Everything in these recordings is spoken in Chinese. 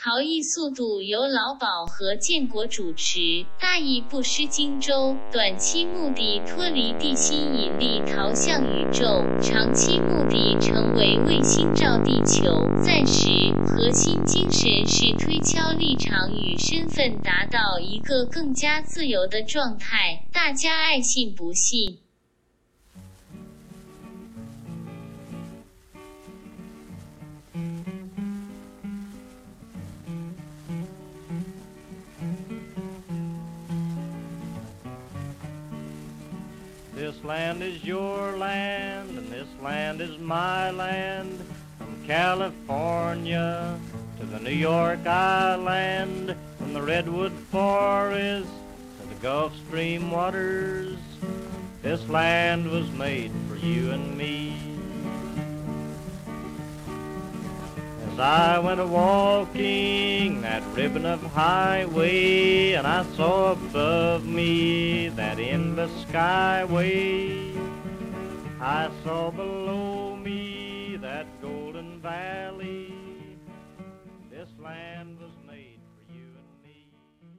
逃逸速度由老鸨和建国主持，大意不失荆州，短期目的脱离地心引力逃向宇宙，长期目的成为卫星照地球。暂时，核心精神是推敲立场与身份，达到一个更加自由的状态，大家爱信不信。 This land is your land, and this land is my land. From California to the New York Island, from the redwood forest to the Gulf Stream waters, this land was made for you and me. As I went a-walking that ribbon of highway, and I saw above me that endless skyway, I saw below me that golden valley, this land was made for you and me.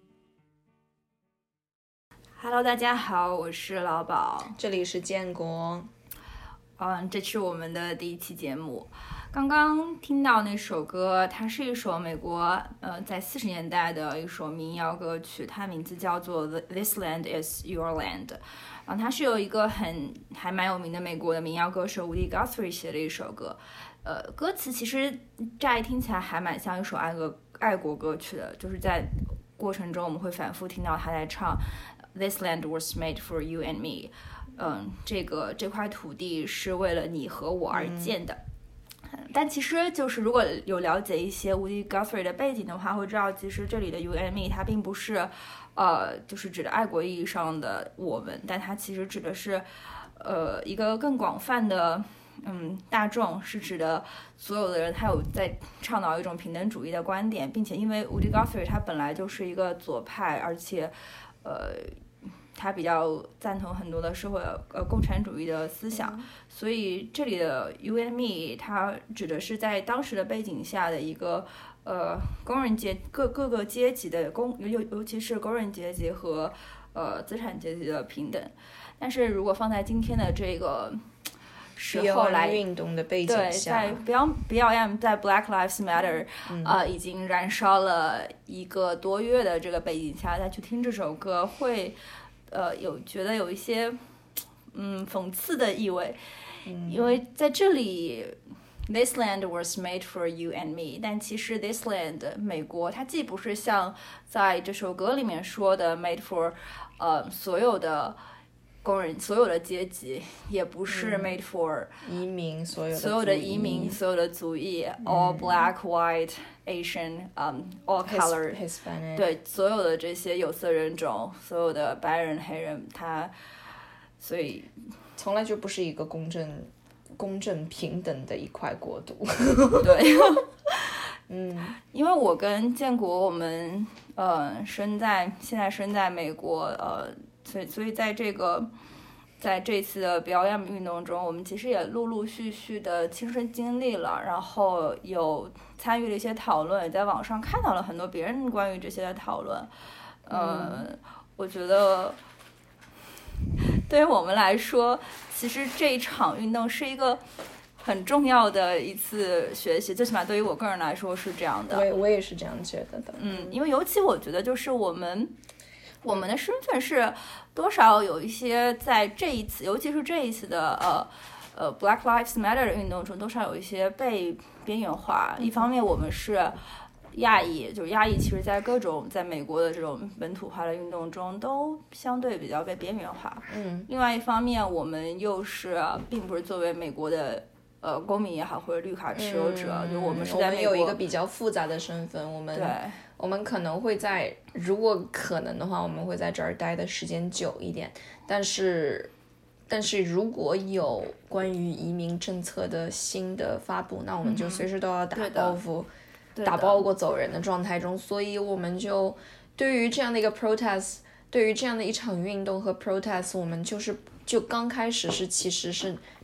Hello， 大家好，我是老鸨， 这里是建国。 这是我们的第一期节目。刚刚听到那首歌，它是一首美国在40年代的一首民谣歌曲，它名字叫做 This Land Is Your Land。它是由一个还蛮有名的美国的民谣歌手 Woody Guthrie 写的一首歌。歌词其实乍一听起来还蛮像一首爱国歌曲的，就是在过程中我们会反复听到他在唱 This land was made for you and me。这块土地是为了你和我而建的。但其实就是如果有了解一些 Woody Guthrie 的背景的话，会知道其实这里的 you and me 它并不是就是指的爱国意义上的我们，但它其实指的是一个更广泛的大众，是指的所有的人，他有在倡导一种平等主义的观点，并且因为 Woody Guthrie 他本来就是一个左派，而且他比较赞同很多的社会共产主义的思想，所以这里的 you and me 它指的是在当时的背景下的一个工人各个阶级的尤其是工人阶级和资产阶级的平等。但是如果放在今天的这个时候来运动的背景下， 对，在 BLM 在 Black Lives Matter 已经燃烧了1个多月的这个背景下，再去听这首歌会觉得有一些讽刺的意味，因为在这里 This land was made for you and me， 但其实 This land 美国它既不是像在这首歌里面说的 made for 所有的工人所有的阶级，也不是 made for 移民所有的移民所有的族裔all black white Asian all color Hispanic， 对，所有的这些有色人种，所有的白人黑人，所以从来就不是一个公正平等的一块国度。 对因为我跟建国我们现在身在美国所以在这次的BLM运动中，我们其实也陆陆续续的亲身经历了，然后有参与了一些讨论，也在网上看到了很多别人关于这些的讨论。我觉得对于我们来说，其实这一场运动是一个很重要的一次学习，最起码对于我个人来说是这样的。 我也是这样觉得的。 因为尤其我觉得就是我们的身份是多少有一些在这一次，尤其是这一次的Black Lives Matter 的运动中，多少有一些被边缘化。一方面我们是亚裔，就是亚裔其实在各种在美国的这种本土化的运动中都相对比较被边缘化。另外一方面我们又是并不是作为美国的公民也好，或者绿卡持有者，就我们是在美国， 我们有一个比较复杂的身份，我们可能会如果可能的话，我们会在这儿待的时间久一点。但是如果有关于移民政策的新的发布，那我们就随时都要打包袱、打包裹走人的状态中。所以我们就对于这样的一个 protest， 对于这样的一场运动和 protest， 我们就刚开始其实是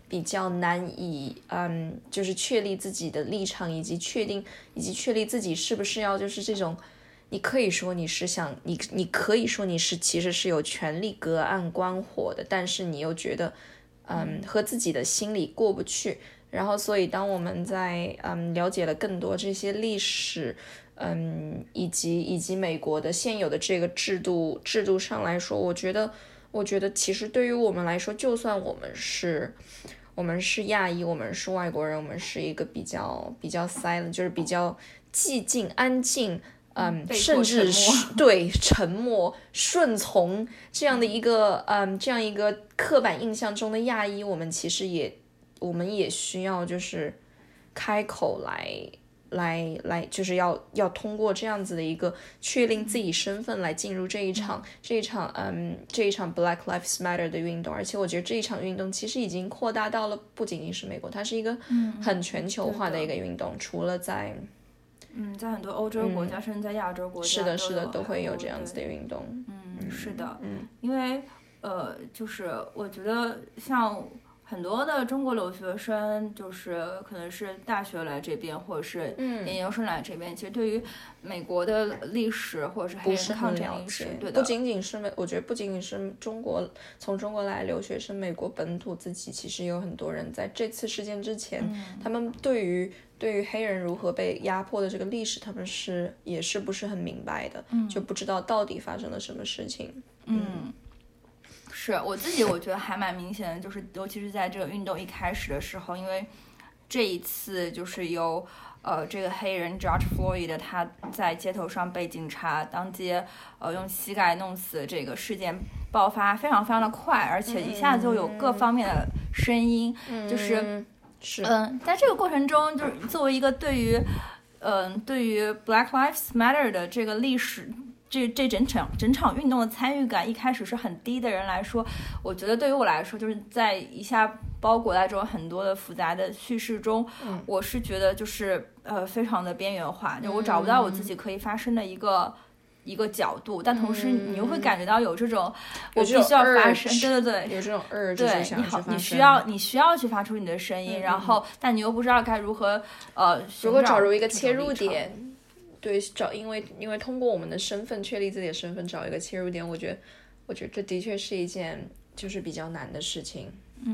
比较难以就是确立自己的立场，以及确立自己是不是要就是这种，你可以说你是想你可以说你是其实是有权利隔岸观火的，但是你又觉得和自己的心里过不去。然后所以当我们在了解了更多这些历史以及美国的现有的这个制度上来说，我觉得其实对于我们来说，就算我们是亚裔，我们是外国人，我们是一个比较 silent， 就是比较寂静安静甚至是对沉默顺从这样一个刻板印象中的亚裔，我们其实也需要就是开口来就是要通过这样子的一个确定自己身份来进入这一场 Black Lives Matter 的运动。而且我觉得这一场运动其实已经扩大到了不仅仅是美国，它是一个很全球化的一个运动，除了在很多欧洲国家甚至在亚洲国家是的都会有这样子的运动。 是的，因为就是我觉得像很多的中国留学生，就是可能是大学来这边，或者是研究生来这边，其实对于美国的历史或者是黑人抗战历史，对的， 我觉得不仅仅是从中国来留学生，美国本土自己其实有很多人在这次事件之前，他们对于黑人如何被压迫的这个历史，他们也是不是很明白的，就不知道到底发生了什么事情。 是我自己我觉得还蛮明显的，就是尤其是在这个运动一开始的时候，因为这一次就是由这个黑人 George Floyd 他在街头上被警察当街用膝盖弄死，这个事件爆发非常非常的快，而且一下子就有各方面的声音，就是在这个过程中，就是作为一个对于 Black Lives Matter 的这个历史。这整场运动的参与感一开始是很低的人来说，我觉得对于我来说，就是在一下包裹在这种很多的复杂的叙事中，我是觉得就是非常的边缘化，就我找不到我自己可以发声的一个角度，但同时你又会感觉到有这种我必须要发声，对， 有这种对，你需要去发出你的声音，然后但你又不知道该如何找入一个切入点。对，因为通过我们的身份确立自己的身份，找一个切入点，我觉得这的确是一件就是比较难的事情。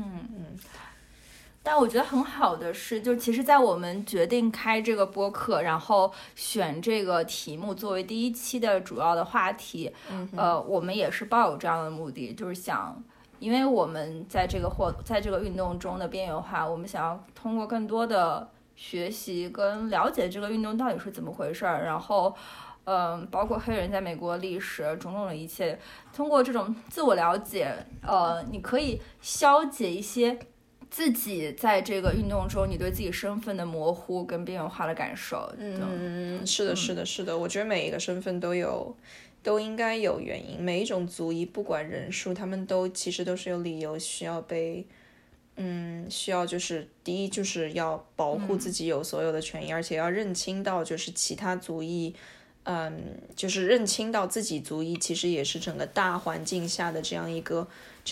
但我觉得很好的是，就其实在我们决定开这个播客，然后选这个题目作为第一期的主要的话题，我们也是抱有这样的目的，就是想，因为我们在这个运动中的边缘化，我们想要通过更多的学习跟了解这个运动到底是怎么回事儿，然后包括黑人在美国历史种种的一切，通过这种自我了解，你可以消解一些自己在这个运动中你对自己身份的模糊跟边缘化的感受。 是的，我觉得每一个身份都应该有原因，每一种族裔不管人数，他们其实都是有理由需要被需要就是第一就是要保护自己有所有的权益，而且要认清到就是其他族裔，就是认清到自己族裔其实也是整个大环境下的这样一个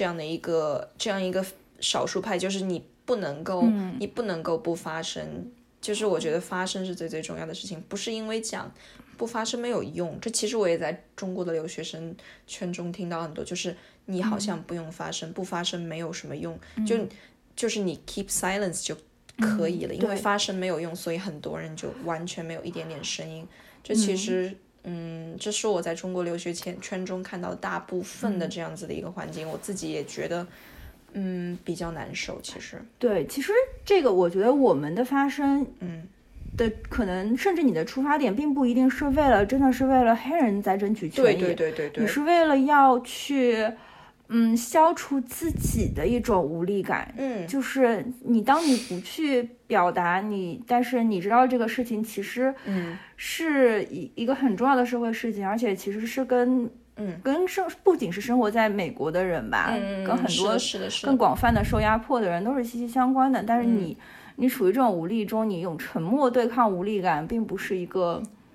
少数派，就是你不能够不发声，就是我觉得发声是最最重要的事情，不是因为讲不发声没有用，这其实我也在中国的留学生圈中听到很多，就是你好像不用发声，不发声没有什么用，就是你 keep silence 就可以了，因为发声没有用，所以很多人就完全没有一点点声音。这其实这是我在中国留学圈中看到大部分的这样子的一个环境，我自己也觉得比较难受。其实这个我觉得我们的发声的可能甚至你的出发点并不一定是真的是为了黑人在争取权益， 对， 你是为了要去消除自己的一种无力感，就是当你不去表达但是你知道这个事情其实是一个很重要的社会事情，而且其实是跟不仅是生活在美国的人吧，跟很多更广泛的受压迫的人都是息息相关的，但是你处于这种无力中，你用沉默对抗无力感，并不是一个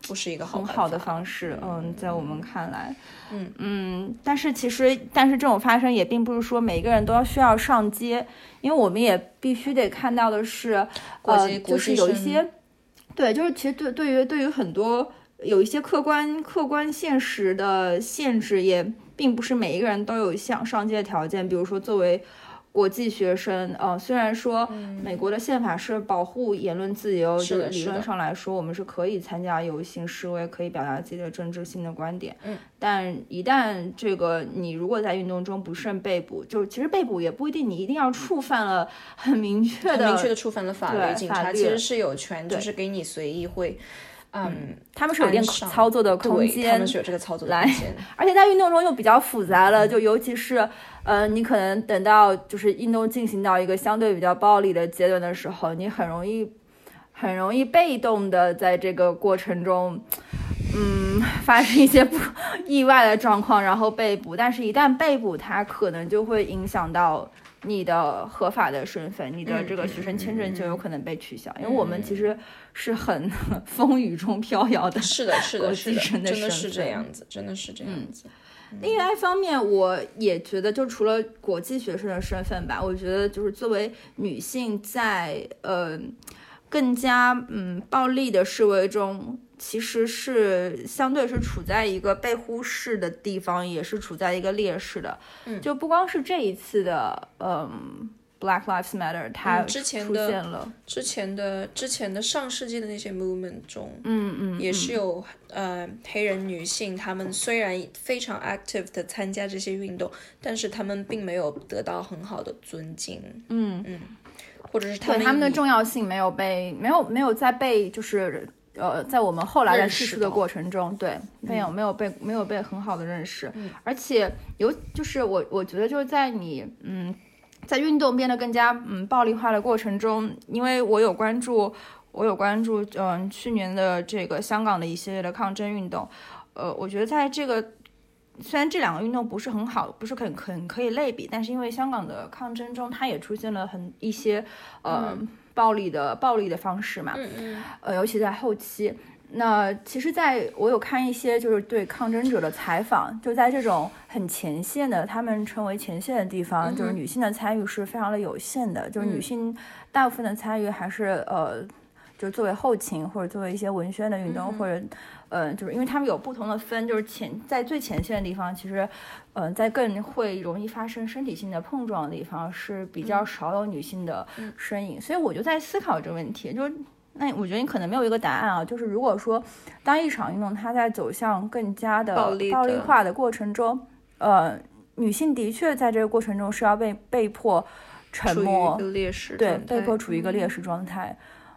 不是一个很好的方式。在我们看来，但是这种发生也并不是说每个人都需要上街，因为我们也必须得看到的是，就是有一些，对，就是其实对于很多有一些客观现实的限制，也并不是每一个人都有想上街的条件。比如说作为国际学生，虽然说美国的宪法是保护言论自由，就理论上来说我们是可以参加游行示威，可以表达自己的政治性的观点，但一旦这个你如果在运动中不慎被捕，就其实被捕也不一定你一定要触犯了很明确的触犯了法律，警察其实是有权就是给你随意会他们是有点操作的空间， 他们是有这个操作的空间， 而且在运动中又比较复杂了，就尤其是你可能等到就是运动进行到一个相对比较暴力的阶段的时候，你很容易被动的在这个过程中发生一些不意外的状况，然后被捕。但是一旦被捕，它可能就会影响到你的合法的身份，你的这个学生签证就有可能被取消，因为我们其实是很风雨中飘摇的， 是的，真的是这样子。 另外一方面，我也觉得，就除了国际学生的身份吧，我觉得就是作为女性在更加暴力的示威中，其实是相对是处在一个被忽视的地方，也是处在一个劣势的。就不光是这一次的Black Lives Matter 它出现了之前的上世纪的那些 movement 中，也是有黑人女性，她们虽然非常 active 的参加这些运动，但是她们并没有得到很好的尊敬，或者是他们的重要性没有在被就是在我们后来的叙述的过程中，对，没有被很好的认识，而且就是我觉得就是在你在运动变得更加暴力化的过程中，因为我有关注去年的这个香港的一系列的抗争运动，我觉得在这个虽然这两个运动不是很好，不是很可以类比，但是因为香港的抗争中它也出现了一些暴力的方式嘛，尤其在后期。那其实我有看一些就是对抗争者的采访，就在这种很前线的，他们称为前线的地方，就是女性的参与是非常的有限的，就是女性大部分的参与还是就作为后勤或者作为一些文宣的运动，或者就是因为他们有不同的分，就是在最前线的地方，其实在更会容易发生身体性的碰撞的地方是比较少有女性的身影，所以我就在思考这个问题，就是那我觉得你可能没有一个答案啊，就是如果说当一场运动它在走向更加的暴力化的过程中，女性的确在这个过程中是要被迫沉默，对，被迫处于一个劣势状态。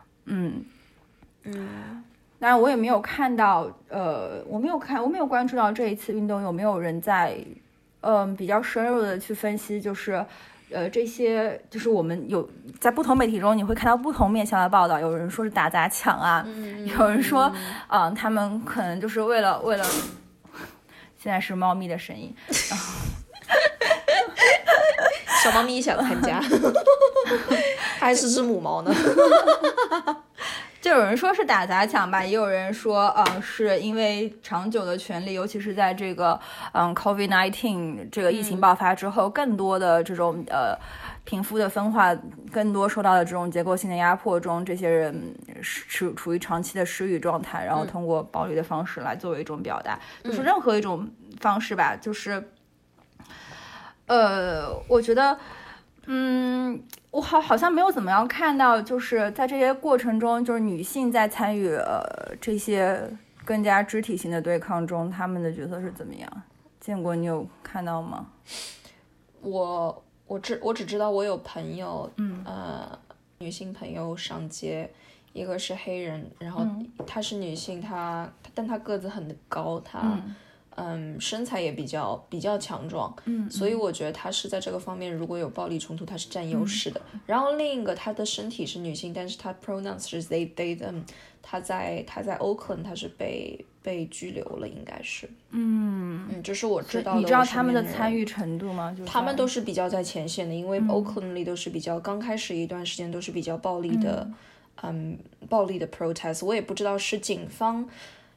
当然我也没有看到我没有关注到这一次运动有没有人在比较深入的去分析，就是这些就是我们有在不同媒体中你会看到不同面向的报道，有人说是打砸抢啊，有人说他们可能就是为了现在是猫咪的声音小猫咪想参加还是只母猫呢就有人说是打砸抢吧，也有人说是因为长久的权利，尤其是在这个COVID-19 这个疫情爆发之后，更多的这种贫富的分化，更多受到的这种结构性的压迫中，这些人处于长期的失语状态，然后通过暴力的方式来作为一种表达，就是任何一种方式吧，就是我觉得我好像没有怎么样看到，就是在这些过程中，就是女性在参与这些更加肢体性的对抗中，她们的角色是怎么样？建国，你有看到吗？ 我只知道我有朋友，女性朋友上街，一个是黑人，然后她是女性，但她个子很高，她身材也比较强壮，所以我觉得她是在这个方面，如果有暴力冲突，她是占优势的。然后另一个，她的身体是女性，但是她 pronouns 是 they them， 她在 Oakland 她是被拘留了，应该是。就是我知道的。 你知道他们的参与程度吗？ 他们都是比较在前线的，因为 Oakland 里都是比较刚开始一段时间都是比较暴力的，暴力的 protest。我也不知道是警方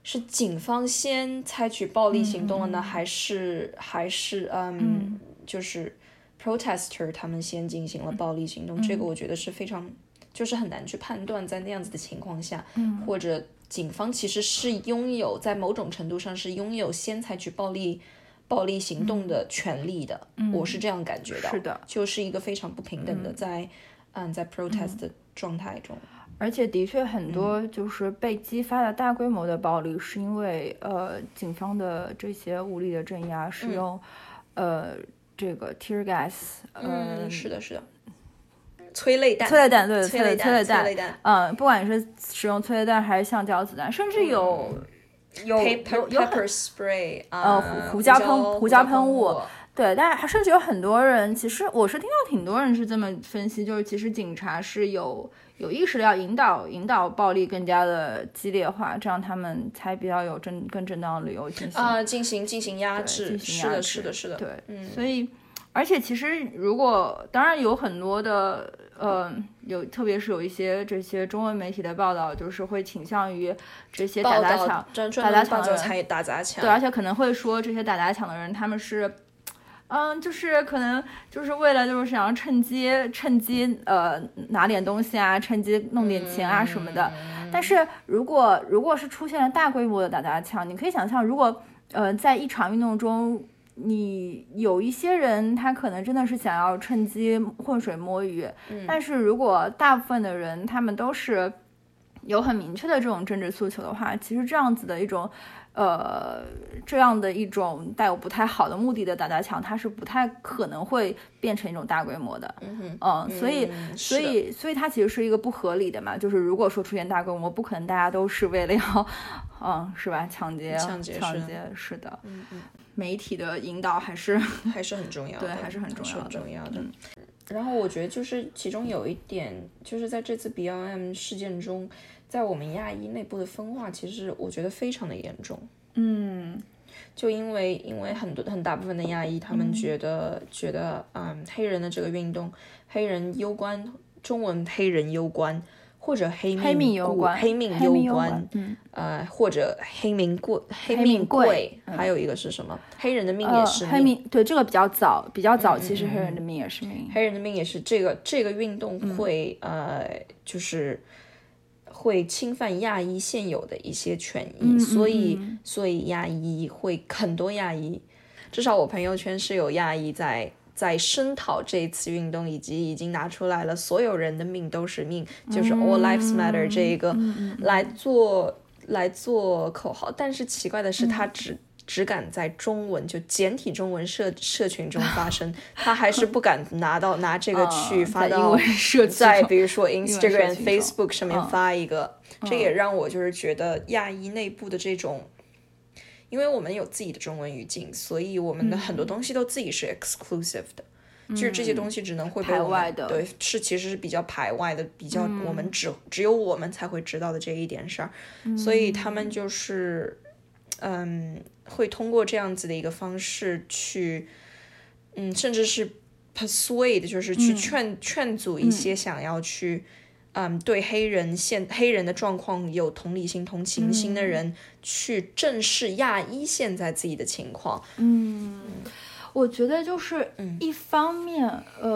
是警方先采取暴力行动了呢，还是就是 protester 他们先进行了暴力行动？这个我觉得是非常就是很难去判断，在那样子的情况下，或者警方其实是拥有在某种程度上是拥有先采取暴力行动的权利的，我是这样感觉到， 是的， 就是一个非常不平等的在 protest 的状态中。 而且的确很多就是被激发的大规模的暴力，是因为警方的这些武力的镇压，使用这个 tear gas， 是的，催泪弹， 对，催泪弹，不管是使用催泪弹还是橡胶子弹，甚至有 pepper spray， 胡椒喷雾。对，但是还甚至有很多人，其实我是听到挺多人是这么分析，就是其实警察是有意识的要引导暴力更加的激烈化，这样他们才比较有更正当的理由进行压制。是的， 对，所以而且其实当然有很多的特别是有一些这些中文媒体的报道，就是会倾向于这些打砸抢的人打砸抢， 对，而且可能会说这些打砸抢的人他们是。就是可能就是为了就是想要趁机拿点东西啊，趁机弄点钱啊什么的。但是如果是出现了大规模的打砸抢，你可以想象，如果在一场运动中，你有一些人他可能真的是想要趁机浑水摸鱼，但是如果大部分的人他们都是有很明确的这种政治诉求的话，其实这样子的一种带有不太好的目的的打砸抢，它是不太可能会变成一种大规模的。所以它其实是一个不合理的嘛，就是如果说出现大规模，不可能大家都是为了要是吧抢劫，是的。媒体的引导还是很重要的， 对，还是很重要的。 然后我觉得就是其中有一点，就是在这次 BLM 事件中，在我们亚裔内部的分化，其实我觉得非常的严重。就因为很大部分的亚裔，他们觉得黑人的这个运动，黑人攸关，中文黑人攸关，或者黑命攸关，或者黑命贵，还有一个是什么？黑人的命也是命。 对，这个比较早期是黑人的命也是命。 黑人的命也是这个运动会就是会侵犯亚裔现有的一些权益，所以亚裔很多亚裔，至少我朋友圈是有亚裔在声讨这一次运动，以及已经拿出来了所有人的命都是命，就是 All Lives Matter 这一个来做口号。但是奇怪的是，他只敢在中文就简体中文社群中发声，他还是不敢拿这个去发到在比如说 Instagram、Facebook 上面发一个。这也让我就是觉得亚裔内部的这种。因为我们有自己的中文语境，所以我们的很多东西都自己是 exclusive 的，就是这些东西只能会被排外的， 对，其实是比较排外的，比较我们只有我们才会知道的这一点事儿，所以他们就是会通过这样子的一个方式去甚至是 persuade， 就是去劝阻一些想要去对黑人的状况有同理心、同情心的人，去正视亚裔现在自己的情况。 我觉得就是一方面，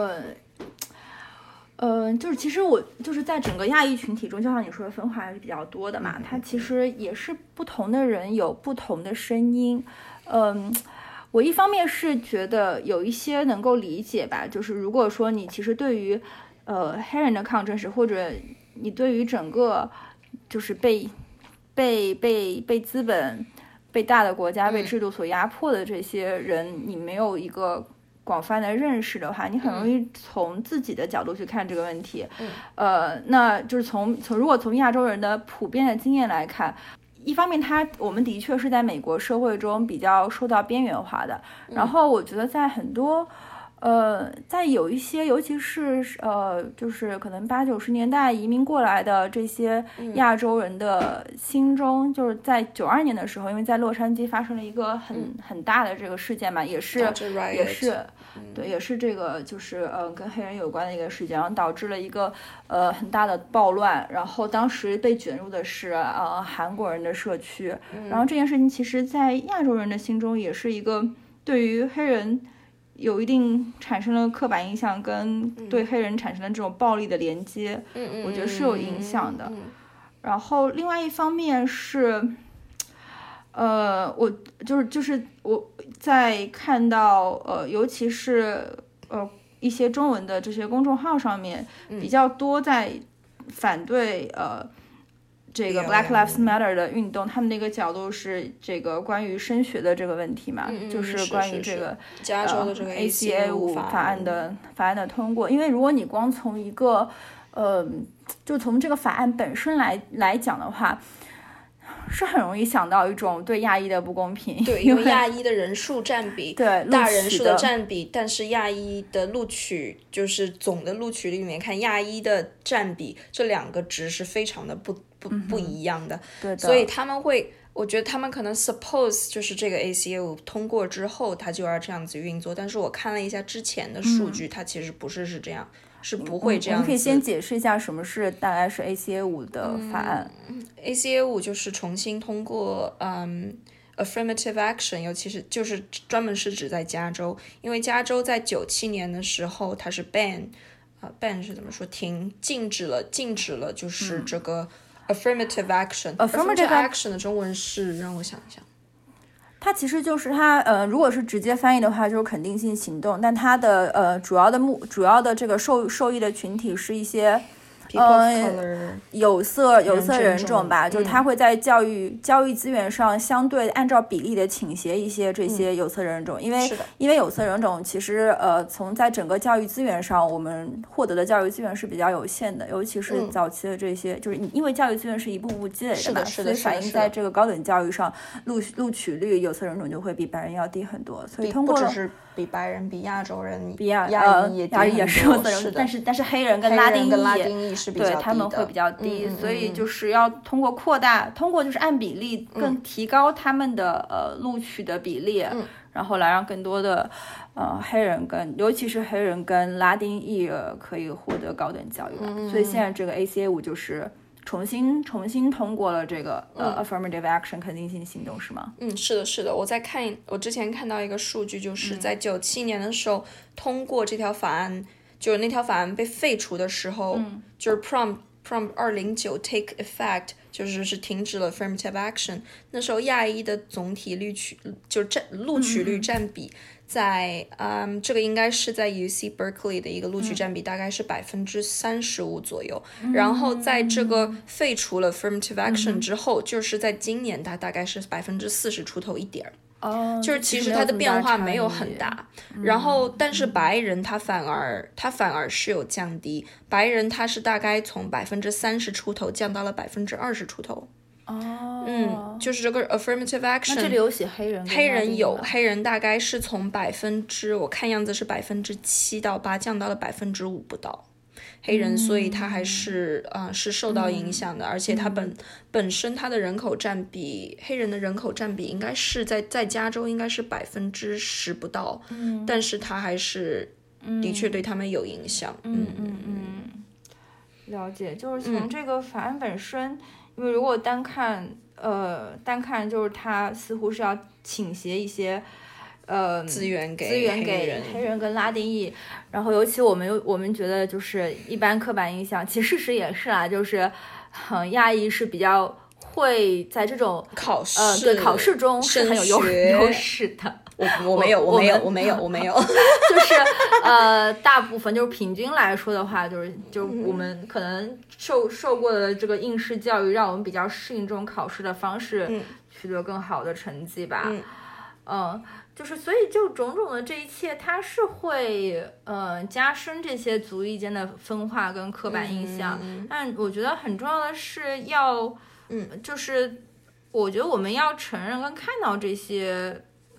就是其实我就是在整个亚裔群体中，就像你说的，分化还是比较多的嘛。它其实也是不同的人有不同的声音。我一方面是觉得有一些能够理解吧，就是如果说你其实对于黑人的抗争史，或者你对于整个就是被资本、被大的国家、被制度所压迫的这些人，你没有一个广泛的认识的话，你很容易从自己的角度去看这个问题。那就是如果从亚洲人的普遍的经验来看，一方面我们的确是在美国社会中比较受到边缘化的，然后我觉得在很多在有一些，尤其是就是可能80、90年代移民过来的这些亚洲人的心中，就是在92年的时候，因为在洛杉矶发生了一个很大的这个事件嘛，也是对，也是这个就是跟黑人有关的一个事件，然后导致了一个很大的暴乱，然后当时被卷入的是韩国人的社区，然后这件事情其实在亚洲人的心中也是一个对于黑人有一定产生了刻板印象，跟对黑人产生了这种暴力的连接，我觉得是有影响的。然后另外一方面是，我就是我在看到尤其是一些中文的这些公众号上面，比较多在反对这个 Black Lives Matter 的运动，他们那个角度是这个关于升学的这个问题嘛，就是关于这个加州的这个 ACA5 法案的通过。因为如果你光从一个就从这个法案本身来讲的话，是很容易想到一种对亚裔的不公平。 对，因为亚裔的人数占比对大人数的占比，但是亚裔的录取就是总的录取里面看亚裔的占比，这两个值是非常的不一样的。 对的， 所以他们会，我觉得他们可能 suppose 就是这个 ACA5 通过之后，它就要这样子运作。但是我看了一下之前的数据，它其实不是这样。是不会这样子。 我们可以先解释一下什么是大概是 ACA5 的法案。 ACA5 就是重新通过affirmative action， 尤其是就是专门是指在加州，因为加州在97年的时候它是 ban 是怎么说，禁止了就是这个 affirmative action。affirmative action 的中文是让我想一想。 它其实就是如果是直接翻译的话，就是肯定性行动，但它的主要的这个受益的群体是一些有色人种吧，就是他会在教育资源上相对按照比例的倾斜一些这些有色人种，因为有色人种其实从在整个教育资源上，我们获得的教育资源是比较有限的，尤其是早期的这些，就是因为教育资源是一步步积累的嘛，所以反映在这个高等教育上，录取率有色人种就会比白人要低很多，所以通过了。 比白人、比亚洲人、 比亚裔也是有色人种，但是黑人跟拉丁裔是比较低的， 对他们会比较低，所以就是要通过就是按比例更提高他们的录取的比例，然后来让更多的黑人尤其是黑人跟拉丁裔可以获得高等教育，所以现在这个 ACA5 就是重新通过了这个affirmative action 肯定性行动，是吗？ 是的，我之前看到一个数据，就是在97年的时候通过这条法案，就是那条法案被废除的时候，就是 Prompt 209 take effect， 就是停止了 affirmative action。那时候亚裔的总体录取率占比在这个应该是在 UC Berkeley 的一个录取占比大概是35%左右，然后在这个废除了 affirmative action 之后，就是在今年它大概是40%出头一点。就是其实它的变化没有很大，然后但是白人他反而是有降低，白人他是大概从30%出头降到了20%出头。就是这个 affirmative action。 那这里有写黑人人大概是从我看样子是7%到8%降到了5%不到。黑人，所以他还是是受到影响的，而且他本身他的人口占比，黑人的人口占比应该是在加州应该是10%不到，但是他还是的确对他们有影响。 了解，就是从这个法案本身，因为如果单看就是他似乎是要倾斜一些。 资源给黑人跟拉丁裔，然后尤其我们觉得就是一般刻板印象，其实事实也是啦，就是亚裔是比较会在这种考试中是很有优势的。 我没有， 就是大部分就是平均来说的话，就是我们可能受过的这个应试教育，让我们比较适应这种考试的方式，取得更好的成绩吧。就是所以就种种的这一切，它是会加深这些族裔间的分化跟刻板印象。但我觉得很重要的是就是我觉得我们要承认跟看到这些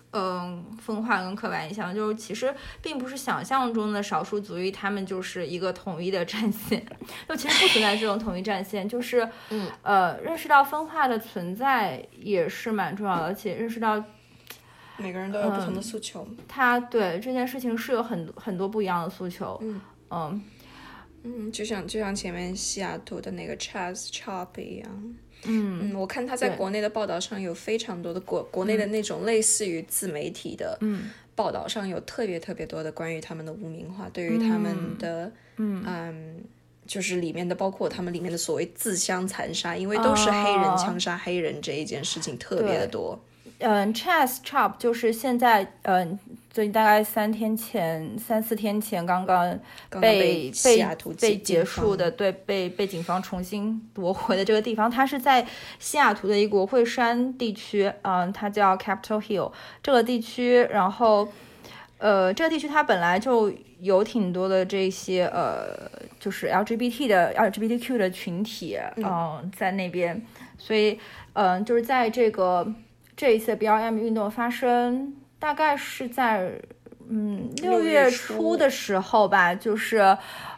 分化跟刻板印象，就是其实并不是想象中的少数族裔他们就是一个统一的战线，就其实不存在这种统一战线，就是认识到分化的存在也是蛮重要的，而且认识到每个人都有不同的诉求， 他对这件事情是有很多不一样的诉求， 就像前面西雅图的那个 Chaz Chop 一样。我看他在国内的报道上有非常多的国内的那种类似于自媒体的报道上有特别特别多的关于他们的污名化，对于他们的就是里面的包括他们里面的所谓自相残杀，因为都是黑人枪杀黑人这一件事情特别的多。 Chaz Chop 就是现在最近大概3-4天前刚刚被结束的，对，被警方重新夺回的这个地方，它是在西雅图的一个国会山地区，它叫 Capitol Hill 这个地区，然后这个地区它本来就有挺多的这些就是 LGBTQ 的群体在那边，所以就是在这一次 BLM 运动发生大概是在6月初的时候吧，就是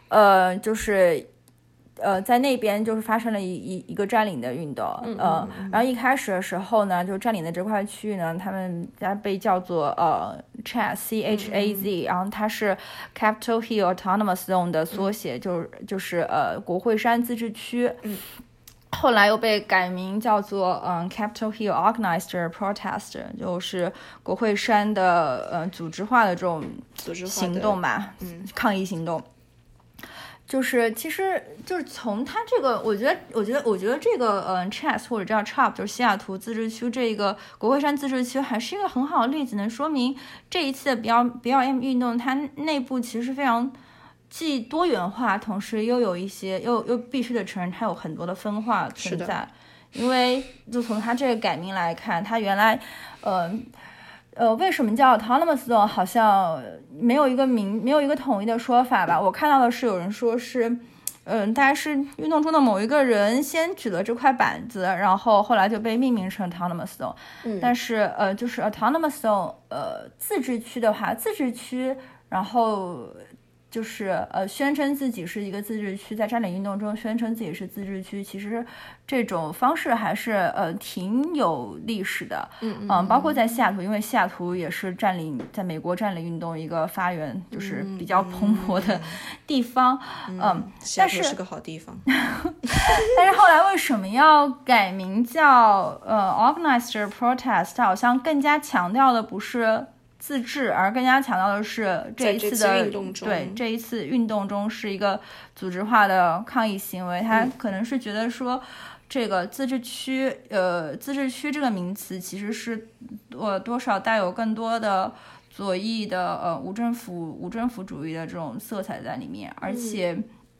在那边就是发生了一个占领的运动，然后一开始的时候呢，就占领的这块区域呢，他们被叫做Chaz CHAZ，然后它是 Capitol Hill Autonomous Zone 的缩写，就是国会山自治区。后来又被改名叫做Capitol Hill Organized Protest， 就是国会山的组织化的这种行动吧，抗议行动。其实就是从它这个，我觉得这个Chaz 或者叫 Chop 就是西雅图自治区这个国会山自治区还是一个很好的例子，能说明这一次的 BLM 运动它内部其实非常既多元化，同时又有一些又必须得承认它有很多的分化存在。因为就从它这个改名来看，它原来为什么叫 Autonomous Zone 好像没有一个统一的说法吧。我看到的是有人说是大概是运动中的某一个人先举了这块板子，然后后来就被命名成 Autonomous Zone。但是就是 Autonomous Zone 自治区的话，自治区然后就是宣称自己是一个自治区，在占领运动中宣称自己是自治区，其实这种方式还是挺有历史的。包括在西雅图，因为西雅图也是在美国占领运动一个发源，就是比较蓬勃的地方。 西雅图是个好地方。 但是后来为什么要改名叫Organized Protest？ 它好像更加强调的不是自治，而更加强调的是这一次运动中是一个组织化的抗议行为。他可能是觉得说，这个自治区这个名词其实是多少带有更多的左翼的无政府主义的这种色彩在里面，而且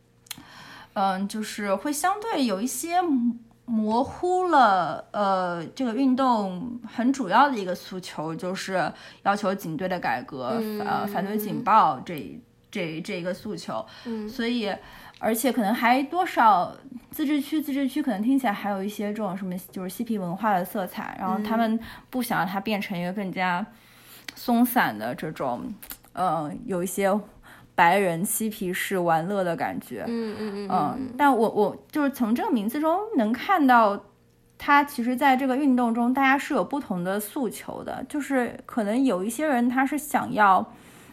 就是会相对有一些模糊了这个运动很主要的一个诉求，就是要求警队的改革，反对警暴这一个诉求。所以而且可能还多少自治区可能听起来还有一些这种什么就是嬉皮文化的色彩，然后他们不想让它变成一个更加松散的这种有一些白人嬉皮士玩乐的感觉。但我就是从这个名字中能看到，他其实在这个运动中大家是有不同的诉求的，就是可能有一些人他是想要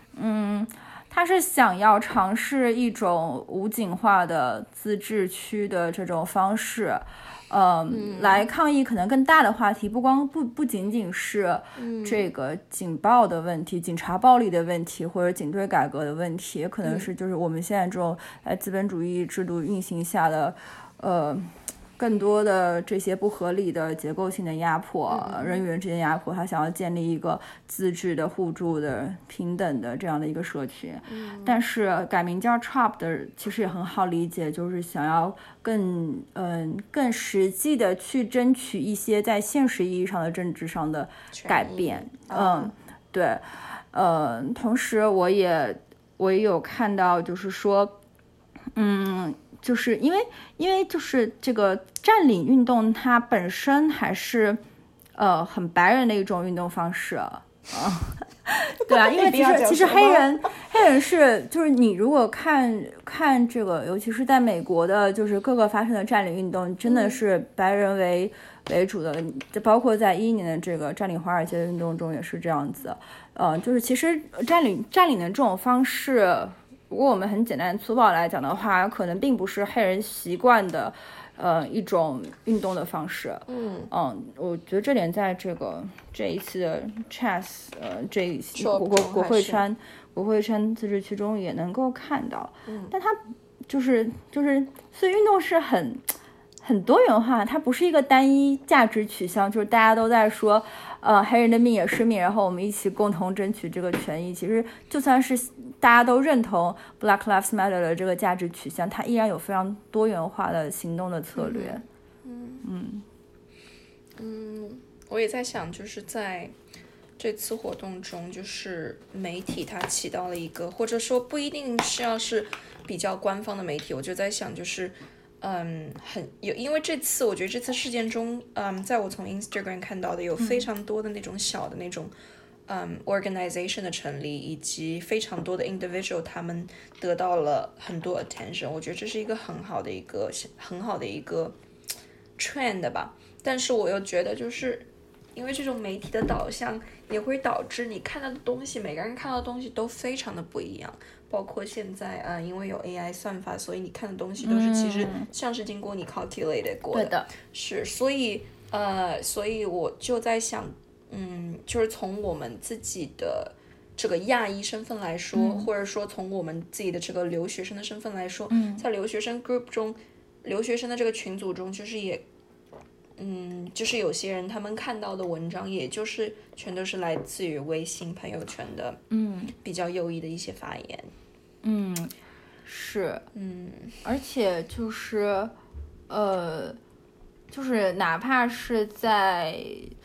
尝试一种无警化的自治区的这种方式，来抗议可能更大的话题，不仅仅是这个警暴的问题、警察暴力的问题或者警队改革的问题，也可能是就是我们现在这种资本主义制度运行下的更多的这些不合理的结构性的压迫，人与人之间压迫，他想要建立一个自治的、互助的、平等的这样的一个社区。但是改名叫 Chop 的其实也很好理解，就是想要更实际的去争取一些在现实意义上的政治上的改变。对，同时我也有看到，就是说，就是因为就是这个占领运动它本身还是很白人的一种运动方式， 对啊，因为其实黑人是就是你如果看这个，尤其是在美国的，就是各个发生的占领运动，真的是白人为主的，包括在2011年的这个占领华尔街的运动中也是这样子。就是其实占领的这种方式，如果我们很简单粗暴来讲的话，可能并不是黑人习惯的一种运动的方式。我觉得这点在这一次的 Chess 这一国会山自治区中也能够看到。但它就是所以运动是很多元化，它不是一个单一价值取向，就是大家都在说黑人的命也是命，然后我们一起共同争取这个权益。其实就算是大家都认同 Black Lives Matter 的这个价值取向，它依然有非常多元化的行动的策略。 我也在想，就是在这次活动中，就是媒体它起到了一个，或者说不一定是比较官方的媒体，我就在想就是因为我觉得这次事件中，在我从 Instagram 看到的有非常多的那种小的那种organization 的成立，以及非常多的 individual 他们得到了很多 attention， 我觉得这是一个很好的一个 trend 吧。但是我又觉得就是因为这种媒体的导向也会导致你看到的东西，每个人看到的东西都非常的不一样。包括现在因为有 AI 算法，所以你看的东西都是其实像是经过你 calculated 过的。 对的。 是，所以我就在想，就是从我们自己的这个亚裔身份来说，或者说从我们自己的这个留学生的身份来说，在留学生 group 中，留学生的这个群组中，就是有些人他们看到的文章，也就是全都是来自于微信朋友圈的，比较右翼的一些发言。 是，而且就是就是哪怕是在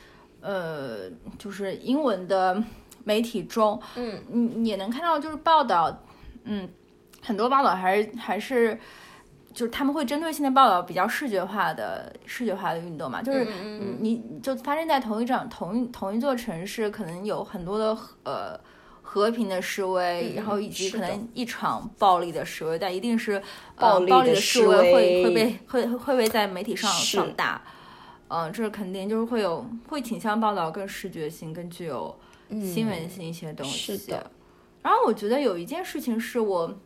就是英文的媒体中，你也能看到就是报道，很多报道还是。就是他们会针对性的报道比较视觉化的运动嘛，就是你就发生在同一座城市，可能有很多的和平的示威，然后以及可能一场暴力的示威，但一定是暴力的示威会被在媒体上放大，这肯定就是会倾向报道更视觉性、更具有新闻性一些东西。 是的。 然后我觉得有一件事情是我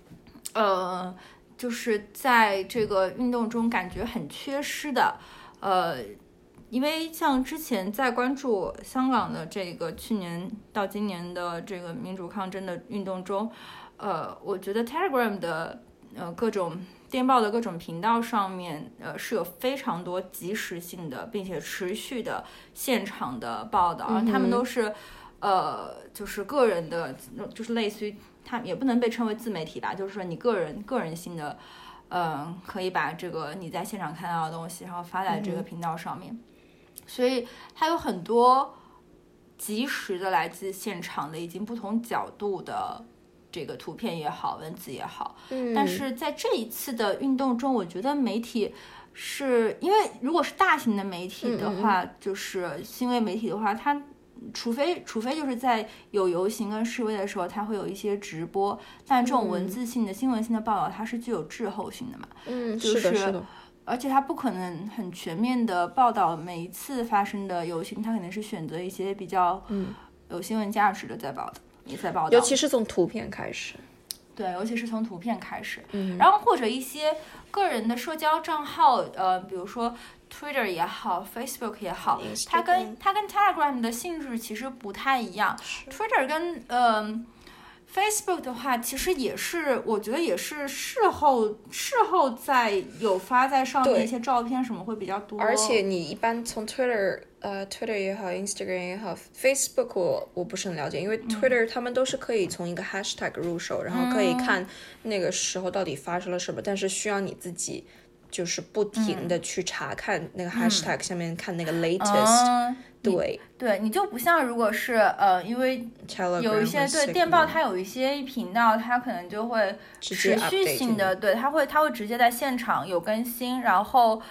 就是在这个运动中感觉很缺失的，因为像之前在关注香港的这个去年到今年的这个民主抗争的运动中，我觉得 Telegram 的各种电报的各种频道上面，是有非常多及时性的并且持续的现场的报道，然后他们都是就是个人的，就是类似于。它也不能被称为自媒体吧，就是说你个人性的，可以把这个你在现场看到的东西，然后发在这个频道上面，所以它有很多及时的来自现场的，已经不同角度的这个图片也好，文字也好，但是在这一次的运动中，我觉得媒体是因为如果是大型的媒体的话，就是新闻媒体的话，它。除非就是在有游行跟示威的时候，它会有一些直播，但这种文字性的、新闻性的报道，它是具有滞后性的嘛？ 是的， 而且它不可能很全面的报道每一次发生的游行，它肯定是选择一些比较有新闻价值的在报道， 尤其是从图片开始。 对，尤其是从图片开始，然后或者一些个人的社交账号，比如说 Twitter 也好 ，Facebook 也好，它跟 Telegram 的性质其实不太一样。Twitter 跟Facebook 的话，其实也是，我觉得也是事后再有发在上面一些照片什么会比较多。 而且你一般从 Twitter 也好 ，Instagram 也好 ，Facebook 我不是很了解，因为 Twitter 他们都是可以从一个 hashtag 入手，然后可以看那个时候到底发生了什么，但是需要你自己就是不停的去查看那个 hashtag 下面看那个 latest。 对，你就不像如果是因为有一些对电报，它有一些频道，它可能就会持续性的，对，它会直接在现场有更新，然后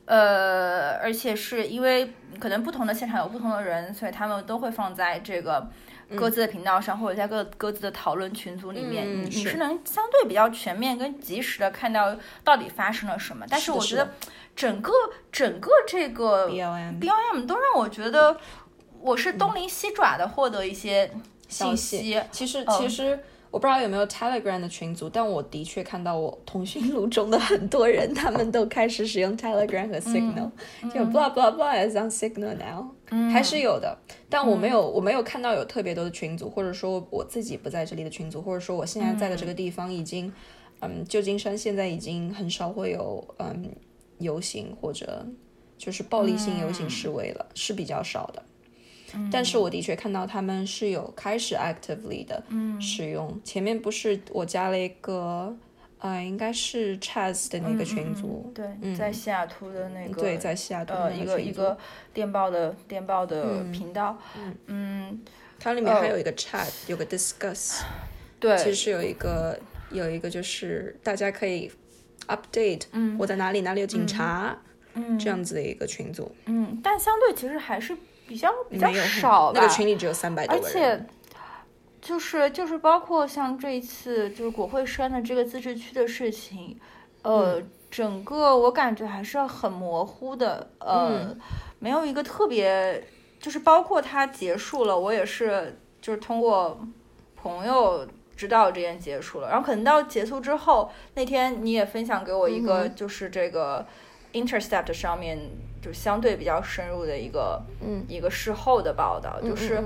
而且是因为可能不同的现场有不同的人，所以他们都会放在这个各自的频道上，或者在各自的讨论群组里面，你是能相对比较全面跟及时的看到底发生了什么。但是我觉得整个这个 BLM 都让我觉得我是东离西爪的获得一些信息。 其实我不知道有没有 Telegram 的群组，但我的确看到我通讯录中的很多人他们都开始使用 Telegram 和 Signal，就 blah blah blah is on Signal now，还是有的，但我没有看到有特别多的群组，或者说我自己不在这里的群组，或者说我现在在的这个地方已经旧金山现在已经很少会有游行或者就是暴力性游行示威了，是比较少的。但是我的确看到他们是有开始 actively 的使用。前面不是我加了一个应该是 Chaz 的那个群组， 对，在西雅图的那个， 对，在西雅图的那个一个电报的频道， 它里面还有一个 chat，有个 discuss， 对， 其实有一个就是大家可以 update，我在哪里有警察，这样子的一个群组， 但相对其实还是比较少吧， 那个群里只有300多个人， 而且就是包括像这一次就是国会山的这个自治区的事情，整个我感觉还是很模糊的，没有一个特别，就是包括它结束了，我也是就是通过朋友知道这件结束了，然后可能到结束之后，那天你也分享给我一个就是这个 Intercept 上面就相对比较深入的一个事后的报道，就是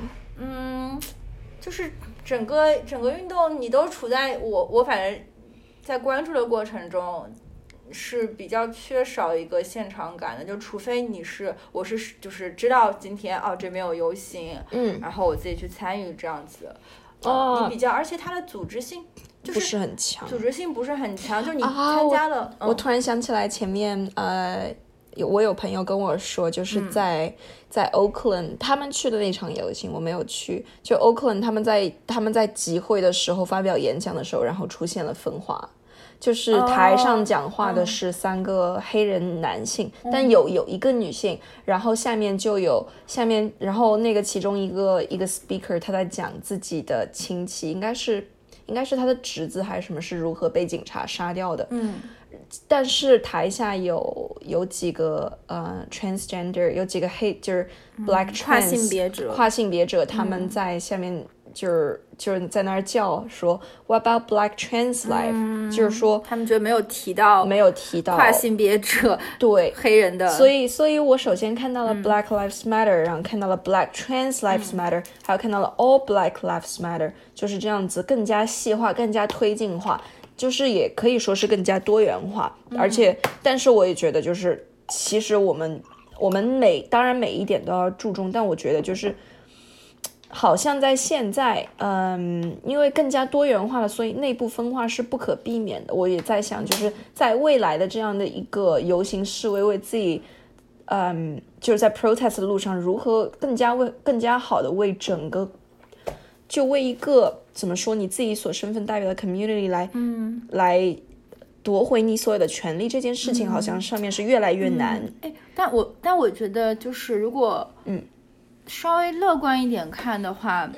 就是整个运动你都处在我反正在关注的过程中是比较缺少一个现场感的，就除非我是就是知道今天这边有游行，然后我自己去参与这样子，你比较，而且它的组织性就是不是很强， 组织性不是很强，就你参加了， 我突然想起来前面我有朋友跟我说，就是在Oakland 他们去的那场游行我没有去，就 Oakland 他们在集会的时候发表演讲的时候，然后出现了分化，就是台上讲话的是3个黑人男性，但有一个女性，然后下面然后那个其中一个 speaker 他在讲自己的亲戚，应该是他的侄子还是什么，是如何被警察杀掉的，但是台下有几个transgender， 有几个黑就是 black trans 跨性别者，他们在下面就是在那儿叫说 What about black trans life，就是说他们觉得没有提到跨性别者对黑人的， 所以我首先看到了 Black Lives Matter，然后看到了 Black Trans Lives Matter，还有看到了 All Black Lives Matter，就是这样子更加细化更加推进化，就是也可以说是更加多元化，而且但是我也觉得就是其实我们当然每一点都要注重，但我觉得就是好像在现在因为更加多元化了，所以内部分化是不可避免的。我也在想就是在未来的这样的一个游行示威，为自己就是在 protest 的路上如何更加好的为整个就为一个怎么说你自己所身份代表的 community 来夺回你所有的权利，这件事情好像上面是越来越难。 但我觉得就是如果稍微乐观一点看的话，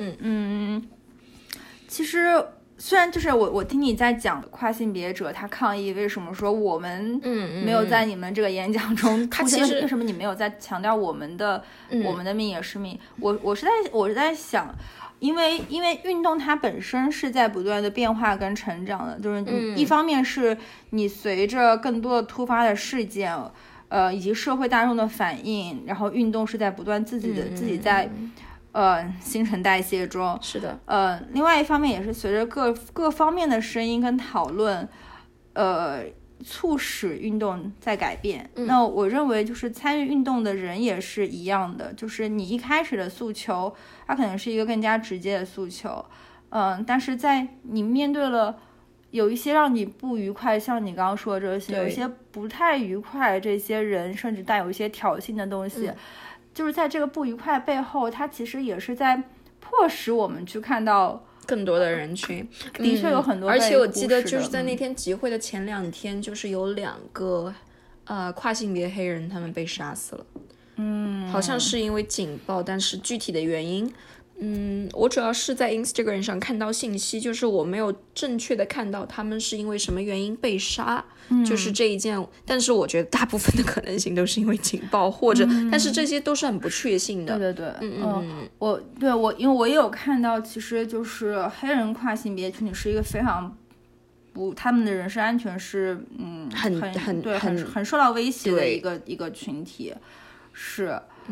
其实虽然就是我听你在讲跨性别者他抗议为什么说我们没有在你们这个演讲中出现，为什么你没有在强调我们的命也是命，我是在想，因为运动它本身是在不断的变化跟成长的，就是一方面是你随着更多的突发的事件以及社会大众的反应，然后运动是在不断自己在新陈代谢中， 是的， 另外一方面也是随着各方面的声音跟讨论促使运动在改变。那我认为就是参与运动的人也是一样的，就是你一开始的诉求它可能是一个更加直接的诉求，但是在你面对了有一些让你不愉快，像你刚刚说的这些，有一些不太愉快，这些人甚至带有一些挑衅的东西，就是在这个不愉快背后，它其实也是在迫使我们去看到更多的人群， 的确有很多而且我记得就是在那天集会的前2天，就是有2个跨性别黑人他们被杀死了，好像是因为警报，但是具体的原因，我主要是在 Instagram 上看到信息，就是我没有正确的看到他们是因为什么原因被杀，就是这一件，但是我觉得大部分的可能性都是因为警报或者，但是这些都是很不确信的。 对对对，我因为我也有看到，其实就是黑人跨性别群体是一个非常他们的人身安全是很受到威胁的一个群体，是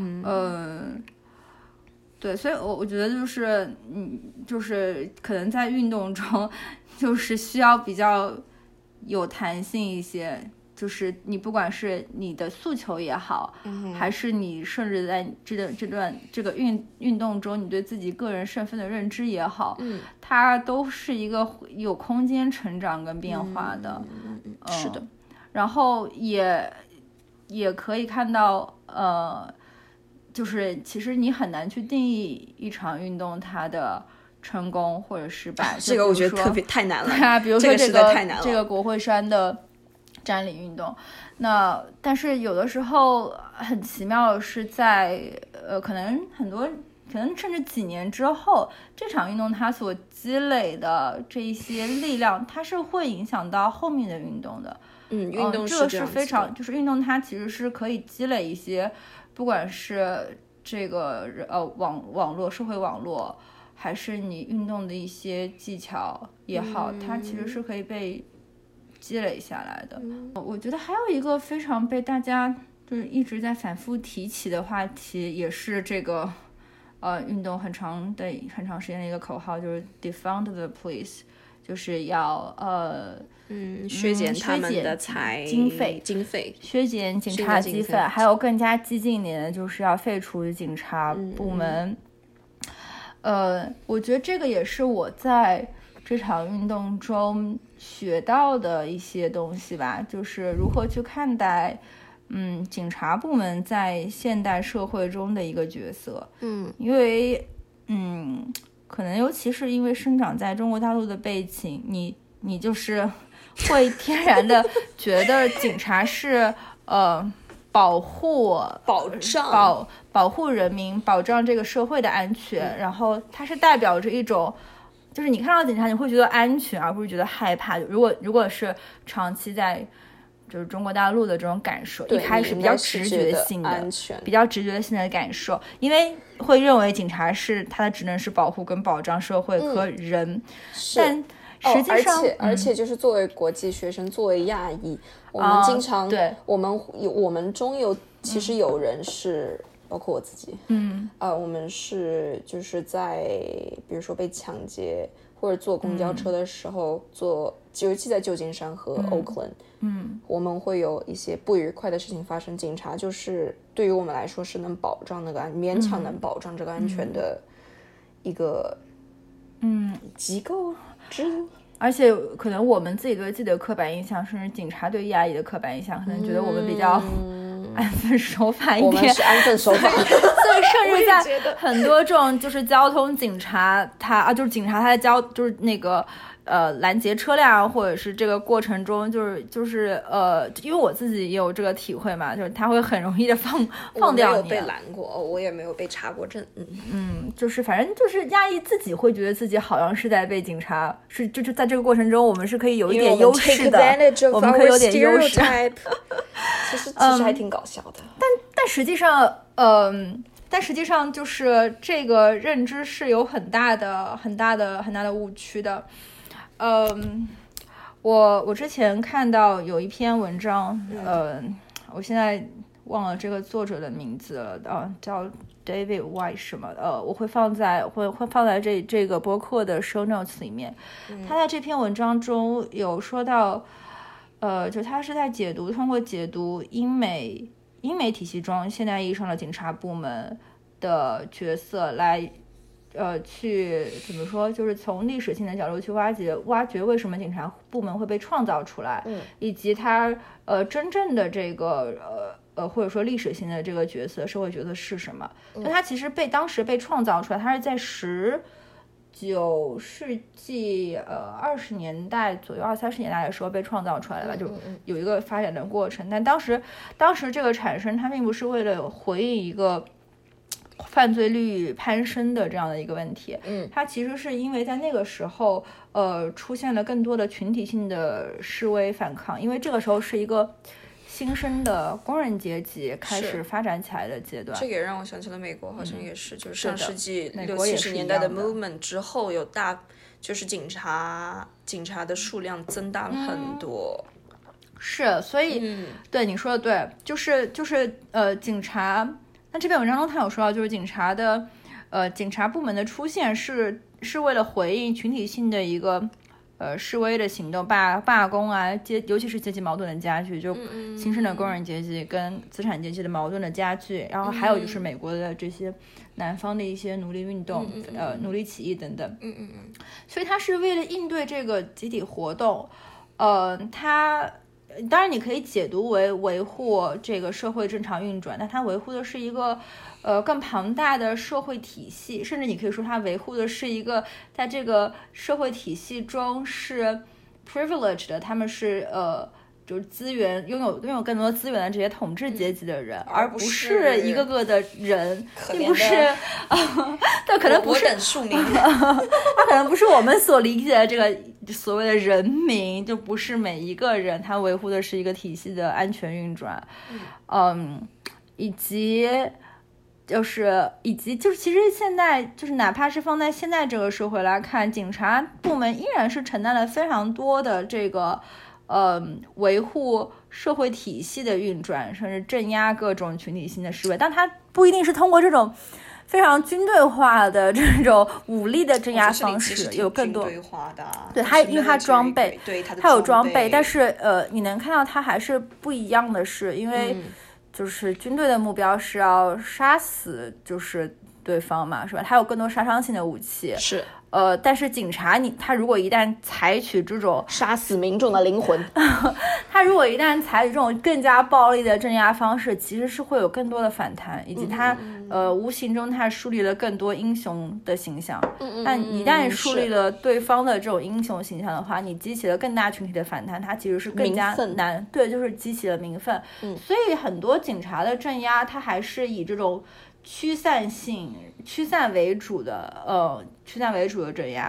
对，所以我觉得就是可能在运动中就是需要比较有弹性一些，就是你不管是你的诉求也好，还是你甚至在这个运动中你对自己个人身份的认知也好，它都是一个有空间成长跟变化的， 是的， 然后也可以看到就是其实你很难去定义一场运动它的成功或者失败， 这个我觉得特别太难了。 对啊，比如说这个国会山的占领运动，那但是有的时候很奇妙的是在可能甚至几年之后，这场运动它所积累的这一些力量，它是会影响到后面的运动的。 运动这个是非常，就是运动它其实是可以积累一些，不管是这个社会网络，还是你运动的一些技巧也好，它其实是可以被积累下来的。我觉得还有一个非常被大家就是一直在反复提起的话题，也是这个运动很长时间的一个口号，就是 defund the police， 就是要削减他们的经费， 削减警察经费，还有更加激进一点的，就是要废除警察部门。我觉得这个也是我在这场运动中学到的一些东西吧，就是如何去看待警察部门在现代社会中的一个角色。因为可能尤其是因为生长在中国大陆的背景，你就是会天然的觉得警察是保护人民，保障这个社会的安全，然后它是代表着一种，就是你看到警察你会觉得安全，而不是觉得害怕。如果是长期在就是中国大陆的这种感受，一开始比较直觉性的感受，因为会认为警察他的职能是保护跟保障社会和人，但实际上而且就是作为国际学生，作为亚裔，我们经常我们中其实有人是包括我自己，我们是就是在比如说被抢劫或者坐公交车的时候，尤其在旧金山和 Oakland，我们会有一些不愉快的事情发生，警察就是对于我们来说是能保障勉强能保障这个安全的一个机构制度。 而且可能我们自己对自己的刻板印象，甚至警察对亚裔的刻板印象，可能觉得我们比较安分守法一点， 我们是安分守法， 所以甚至在很多这种就是交通警察，就是警察他在就是那个拦截车辆或者是这个过程中，就是因为我自己也有这个体会嘛，就是他会很容易的放掉你。 我没有被拦过，我也没有被查过证。 就是反正就是亚裔自己会觉得自己好像是在被警察，就是在这个过程中我们是可以有一点优势的，我们可以有点优势。 其实还挺搞笑的。 但实际上就是这个认知是有很大的误区的。我之前看到有一篇文章，我现在忘了这个作者的名字了，叫 David White 什么，我会放在这个播客的 show notes 里面。他在这篇文章中有说到，就他是在通过解读英美体系中现代意义上的警察部门的角色来。去怎么说，就是从历史性的角度去挖掘为什么警察部门会被创造出来，以及它真正的这个或者说历史性的这个角色社会角色是什么。那它其实当时被创造出来，它是在 19世纪20年代左右，20-30年代的时候被创造出来的吧，就有一个发展的过程。但当时这个产生，它并不是为了回应一个犯罪率攀升的这样的一个问题，它其实是因为在那个时候出现了更多的群体性的示威反抗，因为这个时候是一个新生的工人阶级开始发展起来的阶段。 这个也让我想起了美国，好像也是，就是上世纪60-70年代的 movement 之后，有就是警察的数量增大了很多。 是，所以对你说的对，就是警察。那这篇文章中他有说到，就是警察部门的出现是为了回应群体性的一个示威的行动，罢工啊，尤其是阶级矛盾的加剧，就新生的工人阶级跟资产阶级的矛盾的加剧，然后还有就是美国的这些南方的一些奴隶运动，奴隶起义等等，所以他是为了应对这个集体活动，他当然你可以解读为维护这个社会正常运转，但它维护的是一个更庞大的社会体系，甚至你可以说它维护的是一个在这个社会体系中是 privileged 的，他们是就是资源拥有更多资源的这些统治阶级的人，而不是一个个的人，并不是对，可能不是我等庶民他可能不是我们所理解的这个所谓的人民，就不是每一个人，他维护的是一个体系的安全运转，以及其实现在就是哪怕是放在现在这个社会来看，警察部门依然是承担了非常多的这个维护社会体系的运转，甚至镇压各种群体性的示威，但它不一定是通过这种非常军队化的这种武力的镇压方式，有更多军队化的， 对它，因为它装备，它有装备， 但是你能看到它还是不一样的是，因为就是军队的目标是要杀死就是对方嘛，是吧？它有更多杀伤性的武器， 是。 但是警察他如果一旦采取这种杀死民众的灵魂， 他如果一旦采取这种更加暴力的镇压方式，其实是会有更多的反弹，以及他无形中他树立了更多英雄的形象。但一旦树立了对方的这种英雄形象的话，你激起了更大群体的反弹，它其实是更加难。对，就是激起了民愤。所以很多警察的镇压，它还是以这种驱散为主的镇压，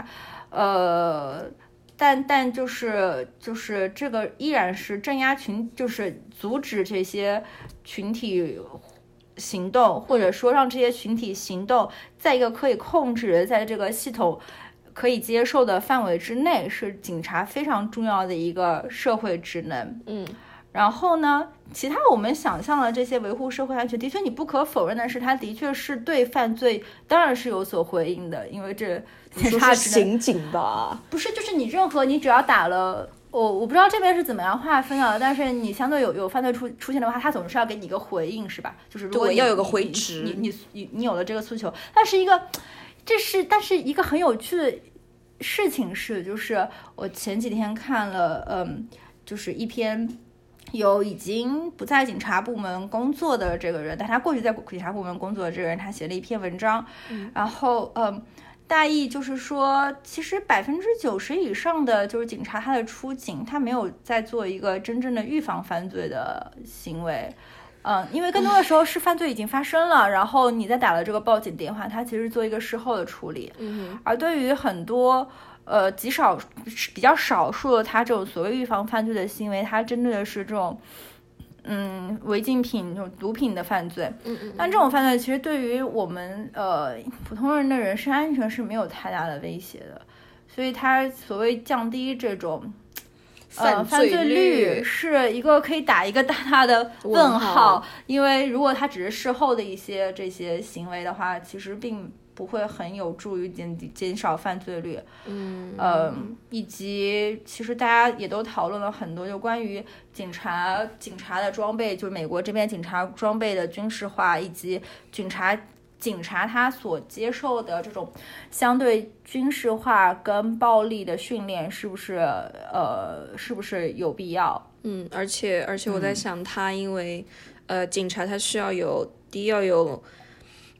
但就是这个依然是镇压就是阻止这些群体行动，或者说让这些群体行动在一个可以控制，在这个系统可以接受的范围之内，是警察非常重要的一个社会职能。然后呢，其他我们想象的这些维护社会安全，的确你不可否认的是，它的确是对犯罪当然是有所回应的，因为这是刑警吧？ 不是，就是你只要打了，我不知道这边是怎么样划分的，但是你相对有犯罪出现的话，它总是要给你一个回应，是吧？就是如果要有个回执， 你有了这个诉求，但是一个很有趣的事情是，就是我前几天看了，就是一篇。有已经不在警察部门工作的这个人，但他过去在警察部门工作的这个人，他写了一篇文章，然后大意就是说，其实90%以上的就是警察他的出警，他没有在做一个真正的预防犯罪的行为，因为更多的时候是犯罪已经发生了，然后你再打了这个报警电话，他其实做一个事后的处理，而对于很多比较少数的他这种所谓预防犯罪的行为，他针对的是这种违禁品、这种毒品的犯罪。但这种犯罪其实对于我们普通人的人身安全是没有太大的威胁的，所以他所谓降低这种犯罪率是一个可以打一个大大的问号，因为如果他只是事后的一些这些行为的话，其实并不会很有助于减少犯罪率，以及其实大家也都讨论了很多，就关于警察的装备，就是美国这边警察装备的军事化，以及警察他所接受的这种相对军事化跟暴力的训练，是不是有必要？ 而且我在想，他因为警察他需要有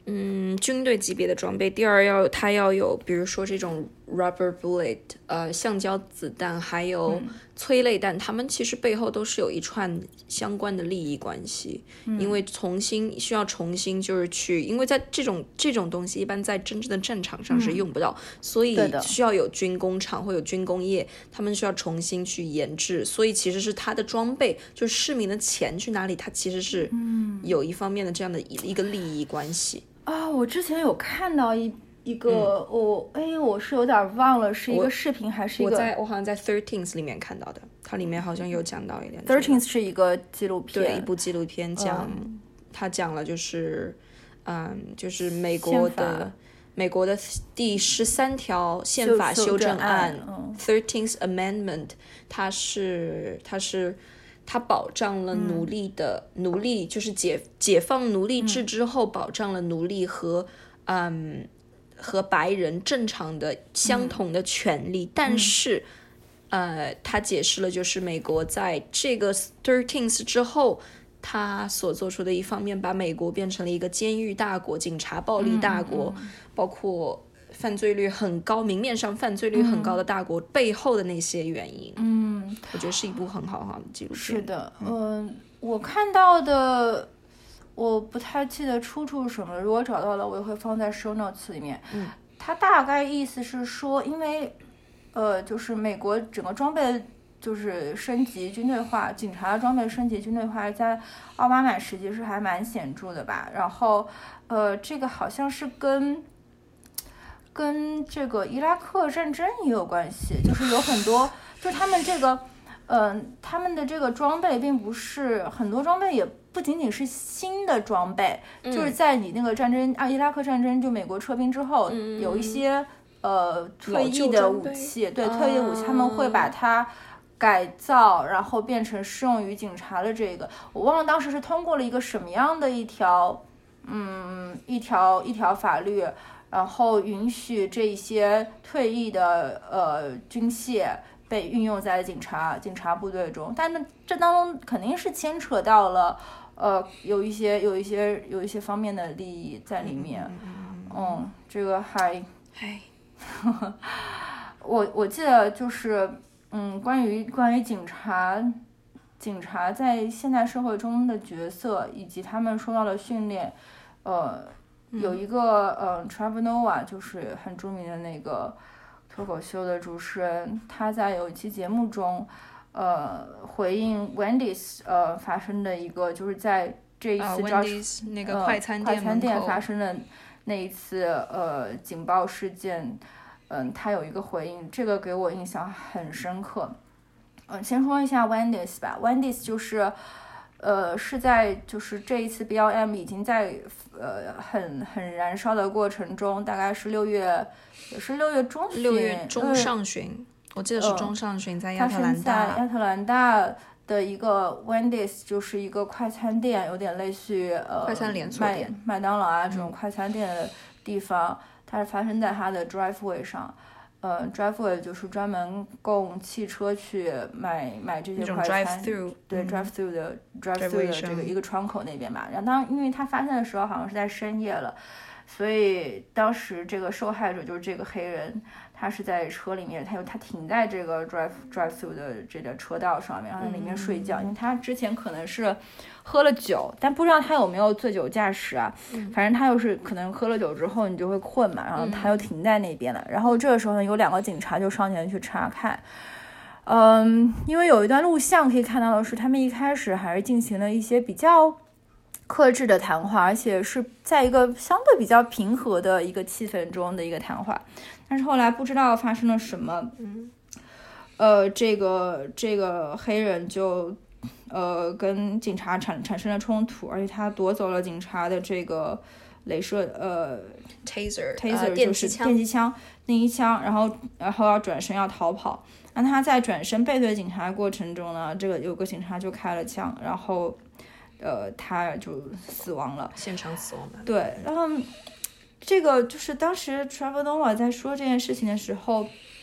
军队级别的装备，第二它要有比如说这种 rubber bullet 橡胶子弹，还有催泪弹，他们其实背后都是有一串相关的利益关系，因为需要重新就是去，因为在这种东西一般在真正的战场上是用不到，所以需要有军工厂或有军工业，他们需要重新去研制，所以其实是它的装备，就是市民的钱去哪里，它其实是有一方面的这样的一个利益关系。 我之前有看到一个我是有点忘了是一个视频还是一个我好像在 13th 里面看到的，它里面好像有讲到一点。 13th 是一个纪录片， 对，一部纪录片它讲了就是就是美国的第13条宪法修正案 13th Amendment， 它保障了奴隶就是解放奴隶制之后，保障了奴隶和白人正常的相同的权利，但是他解释了就是美国在这个 13th 之后，他所做出的一方面把美国变成了一个监狱大国、警察暴力大国，包括犯罪率很高，明面上犯罪率很高的大国背后的那些原因。我觉得是一部很好的纪录片。 是的，我看到的我不太记得出处是什么，如果找到了我也会放在 show notes 里面。它大概意思是说，因为就是美国整个装备就是升级军队化，警察的装备升级军队化在奥巴马时期是还蛮显著的吧。然后这个好像是跟这个伊拉克战争也有关系，就是有很多就他们这个他们的这个装备并不是很多装备，也不仅仅是新的装备，就是在你那个伊拉克战争就美国撤兵之后，有一些退役的武器，对，退役的武器他们会把它改造，然后变成适用于警察的这个，我忘了当时是通过了一个什么样的一条法律，然后允许这些退役的军械被运用在警察部队中，但是这当中肯定是牵扯到了有一些方面的利益在里面。这个还我记得就是关于警察在现代社会中的角色以及他们受到的训练，有一个Trevor Noah 就是很著名的那个脱口秀的主持人，他在有一期节目中回应 Wendy's 发生的一个就是在这一次 Wendy's 那个快餐店发生的那一次警报事件，他有一个回应，这个给我印象很深刻。先说一下 Wendy's 吧。 Wendy's 就是是在就是这一次 BLM 已经在很燃烧的过程中，大概是6月中上旬，我记得是中上旬，在亚特兰大的一个 Wendy's， 就是一个快餐店，有点类似于快餐连锁店麦当劳啊这种快餐店的地方，它是发生在它的 driveway 上。driveway 就是专门供汽车去买这些快餐，对 drive-through 的这个一个窗口那边吧。然后因为它发生的时候好像是在深夜了，所以当时这个受害者就是这个黑人，他是在车里面，他停在这个 drive-through 的这个车道上面，然后在里面睡觉，因为他之前可能是喝了酒，但不知道他有没有醉酒驾驶啊。反正他又是可能喝了酒之后你就会困嘛，然后他又停在那边了。然后这个时候呢，有2个警察就上前去查看。因为有一段录像可以看到的是，他们一开始还是进行了一些比较克制的谈话，而且是在一个相对比较平和的一个气氛中的一个谈话。但是后来不知道发生了什么，这个黑人就跟警察产生了冲突，而且他夺走了警察的这个镭射taser 就是电击枪那一枪，然后要转身要逃跑。那他在转身背对警察的过程中呢，这个有个警察就开了枪，然后他就死亡了， 现场死亡的。 对，然后这个就是当时 Trevor Noah 在说这件事情的时候，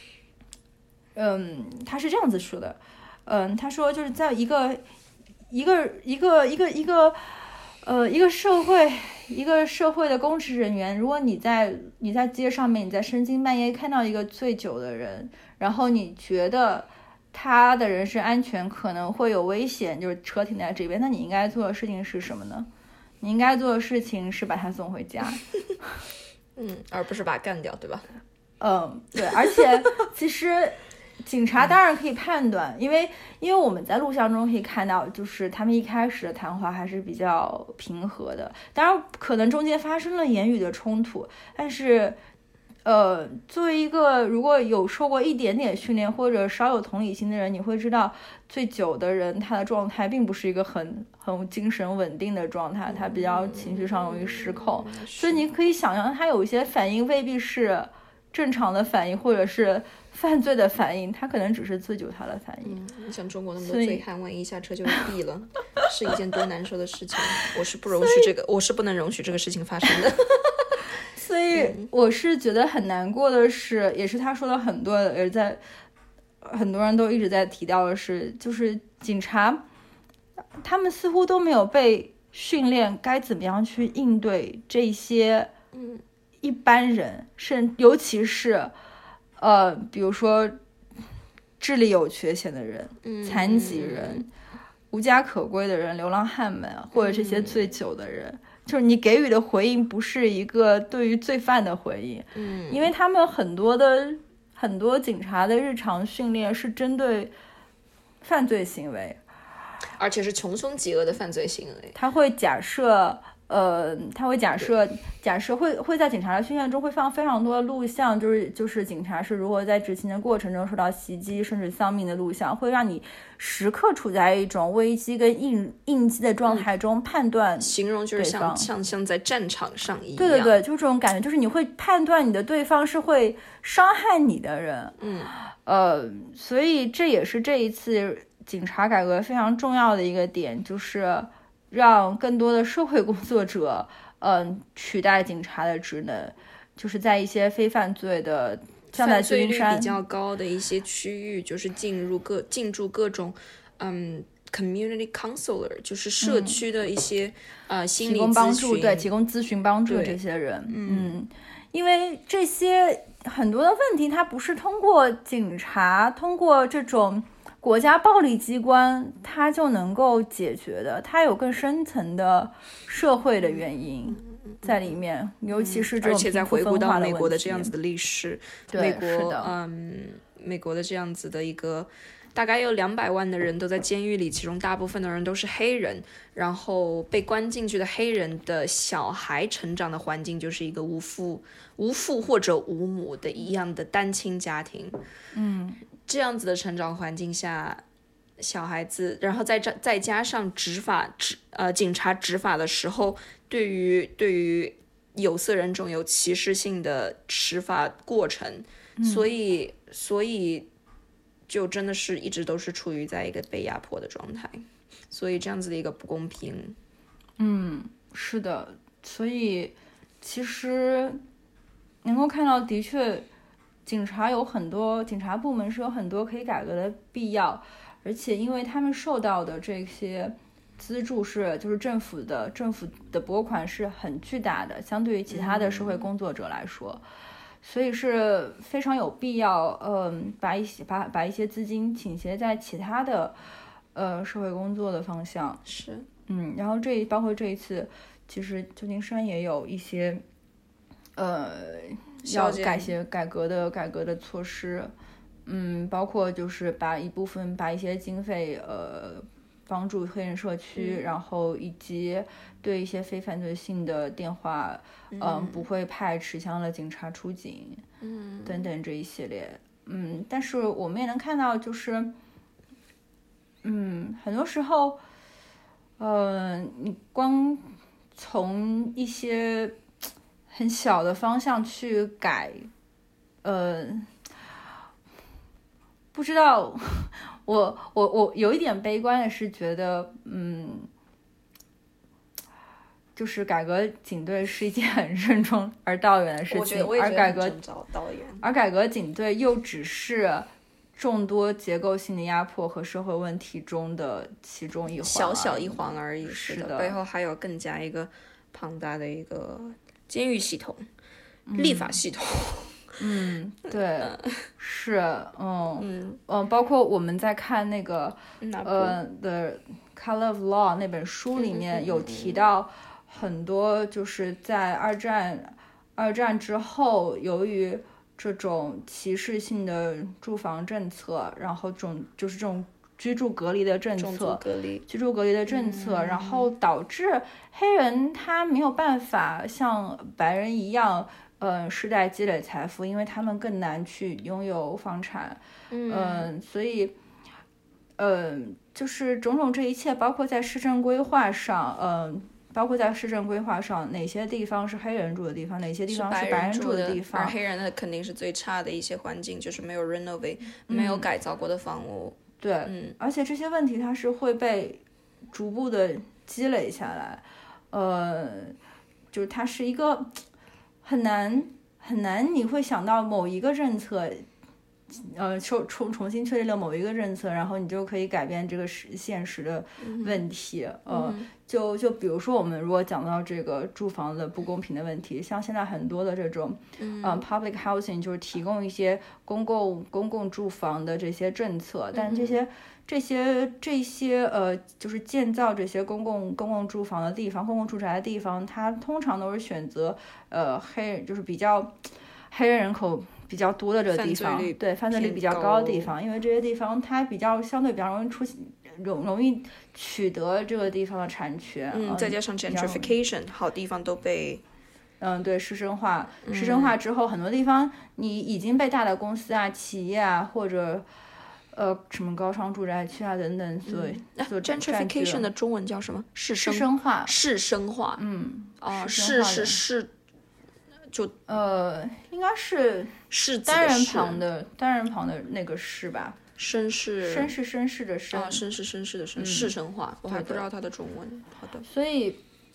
他是这样子说的，他说就是在一个一个社会的公职人员，如果你在街上面，你在深更半夜看到一个醉酒的人，然后你觉得他的人身安全可能会有危险，就是车停在这边，那你应该做的事情是什么呢？你应该做的事情是把他送回家。 而不是把他干掉，对吧？ 对，而且其实警察当然可以判断，因为我们在录像中可以看到，就是他们一开始的谈话还是比较平和的，当然可能中间发生了言语的冲突，但是作为一个如果有受过一点点训练或者稍有同理心的人，你会知道醉酒的人他的状态并不是一个很精神稳定的状态，他比较情绪上容易失控，所以你可以想象他有一些反应未必是正常的反应，或者是犯罪的反应，他可能只是醉酒他的反应。 你想中国那么多醉汉，万一一下车就毙了，是一件多难受的事情。我是不能容许这个事情发生的。 所以我是觉得很难过的是，也是他说的很多，也在很多人都一直在提到的是，就是警察他们似乎都没有被训练该怎么样去应对这些一般人，尤其是比如说智力有缺陷的人、残疾人、无家可归的人、流浪汉们，或者这些醉酒的人，就是你给予的回应不是一个对于罪犯的回应，因为他们很多警察的日常训练是针对犯罪行为， 而且是穷凶极恶的犯罪行为。 他会假设会在警察的训练中会放非常多的录像，就是警察是如何在执勤的过程中受到袭击甚至丧命的录像，会让你时刻处在一种危机跟应激的状态中判断。 形容就是像在战场上一样。 对，就是这种感觉，就是你会判断你的对方是会伤害你的人。所以这也是这一次警察改革非常重要的一个点，就是让更多的社会工作者取代警察的职能，就是在一些非犯罪的像在旧金山犯罪率比较高的一些区域，就是进驻各种community counselor， 就是社区的一些心理提供帮助，对，提供咨询帮助这些人。因为这些很多的问题它不是通过警察通过这种国家暴力机关它就能够解决的，它有更深层的社会的原因在里面，尤其是这种而且再回顾到美国的这样子的的历史， 对， 美国的这样子的一个大概有200万的人都在监狱里，其中大部分的人都是黑人，然后被关进去的黑人的小孩成长的环境就是一个无父或者无母的一样的单亲家庭。这样子的成长环境下，小孩子，然后再加上警察执法的时候，对于有色人种有歧视性的执法过程，所以就真的是一直都是处于在一个被压迫的状态，所以这样子的一个不公平。 是的，所以其实能够看到，的确警察部门是有很多可以改革的必要，而且因为他们受到的这些资助就是政府的拨款是很巨大的，相对于其他的社会工作者来说，所以是非常有必要把一些资金倾斜在其他的社会工作的方向。 是然后包括这一次其实旧金山也有一些要改革的措施，包括就是把一些经费帮助黑人社区，然后以及对一些非犯罪性的电话不会派持枪的警察出警，等等这一系列。但是我们也能看到，就是很多时候你光从一些很小的方向去改，不知道，我有一点悲观的是觉得，就是改革警队是一件很任重而道远的事情，而改革警队又只是众多结构性的压迫和社会问题中的其中一环， 小小一环而已。 是的， 背后还有更加一个庞大的一个监狱系统、立法系统。 对，是，包括我们在看那个The Color of Law 那本书里面有提到很多，就是在二战之后，由于这种歧视性的住房政策，然后就是这种居住隔离的政策，居住隔离的政策，然后导致黑人他没有办法像白人一样，世代积累财富，因为他们更难去拥有房产，所以，就是种种这一切，包括在市政规划上，哪些地方是黑人住的地方，哪些地方是白人住的地方， 而黑人的肯定是最差的一些环境，就是没有 renovate，没有改造过的房屋。 对，而且这些问题它是会被逐步的积累下来，就是它是一个很难，你会想到某一个政策，重新确立了某一个政策，然后你就可以改变这个现实的问题。就比如说我们如果讲到这个住房的不公平的问题，像现在很多的这种public housing 就是提供一些公共住房的这些政策，但这些就是建造这些公共住房的地方，公共住宅的地方，它通常都是选择就是比较黑人人口比较多的这个地方，对，犯罪率比较高的地方，因为这些地方它相对比较容易取得这个地方的产权， 再加上 gentrification， 好地方都被对，师生化之后，很多地方你已经被大的公司啊、企业啊，或者什么高商住宅区啊等等所 gentrification 的中文叫什么？ 士绅化。 士绅化，士就应该是单人旁的那个士吧。绅士的绅， 绅士的绅，士绅化，我还不知道它的中文。好的， 所以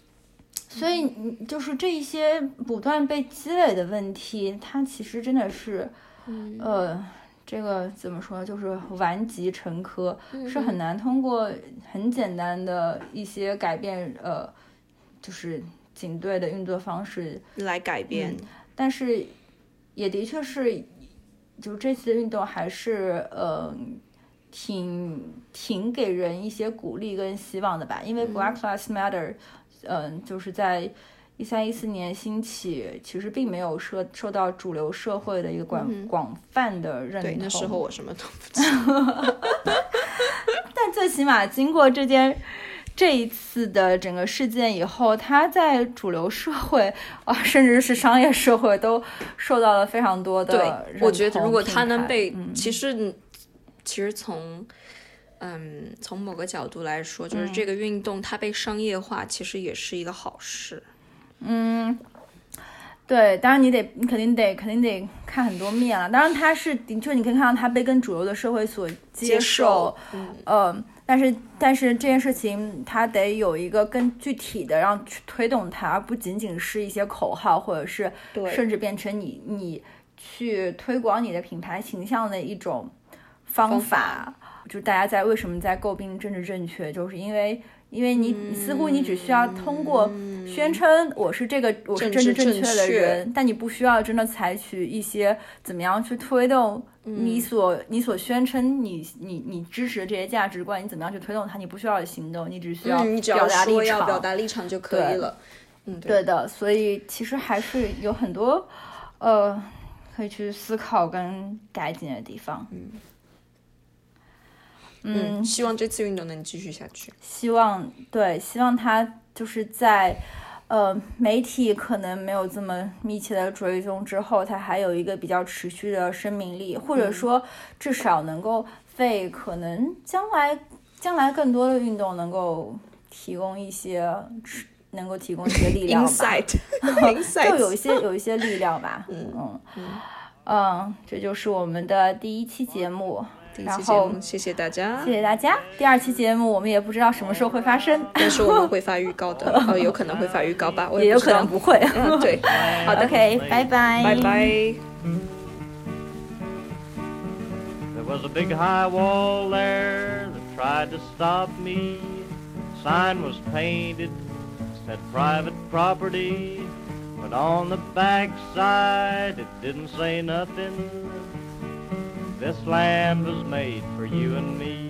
就是这一些不断被积累的问题，它其实真的是，这个怎么说，就是顽疾成科，是很难通过很简单的一些改变，就是警队的运作方式来改变。 但是也的确是。就这次的运动还是挺给人一些鼓励跟希望的吧，因为 Black Lives Matter，就是在1314年兴起，其实并没有受到主流社会的一个广泛的认同。 对，那时候我什么都不知道。 但最起码经过这一次的整个事件以后，他在主流社会甚至是商业社会都受到了非常多的认同。 我觉得如果他能被，其实从某个角度来说，就是这个运动它被商业化，其实也是一个好事。 对，当然你肯定得看很多面了。当然他是的确你可以看到他被跟主流的社会所接受，但是这件事情它得有一个更具体的让去推动它，而不仅仅是一些口号，或者是甚至变成你去推广你的品牌形象的一种方法。就大家为什么在诟病政治正确，就是因为你似乎你只需要通过宣称我是政治正确的人，但你不需要真的采取一些怎么样去推动你所宣称你支持的这些价值观，你怎么样去推动它，你不需要行动，你只需要表达立场就可以了。 对的，所以其实还是有很多可以去思考跟改进的地方。 希望这次运动能继续下去。 希望它就是在媒体可能没有这么密切的追踪之后，它还有一个比较持续的生命力，或者说至少能够为可能将来更多的运动能够提供一些力量吧。就有一些力量吧。这就是我们的第一期节目。然后谢谢大家。 第二期节目我们也不知道什么时候会发生， 但是我们会发预告的。有可能会发预告吧， 也有可能不会。 对，好的 ，OK， 拜拜。 拜拜。 There was a big high wall there that tried to stop me. Sign was painted, said private property, but on the back side it didn't say nothing. This land was made for you and me.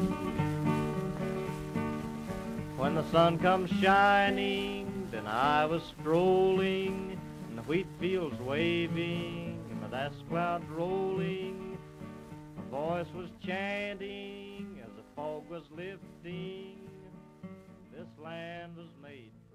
When the sun comes shining, then I was strolling, and the wheat fields waving, and the dust clouds rolling. My voice was chanting as the fog was lifting. This land was made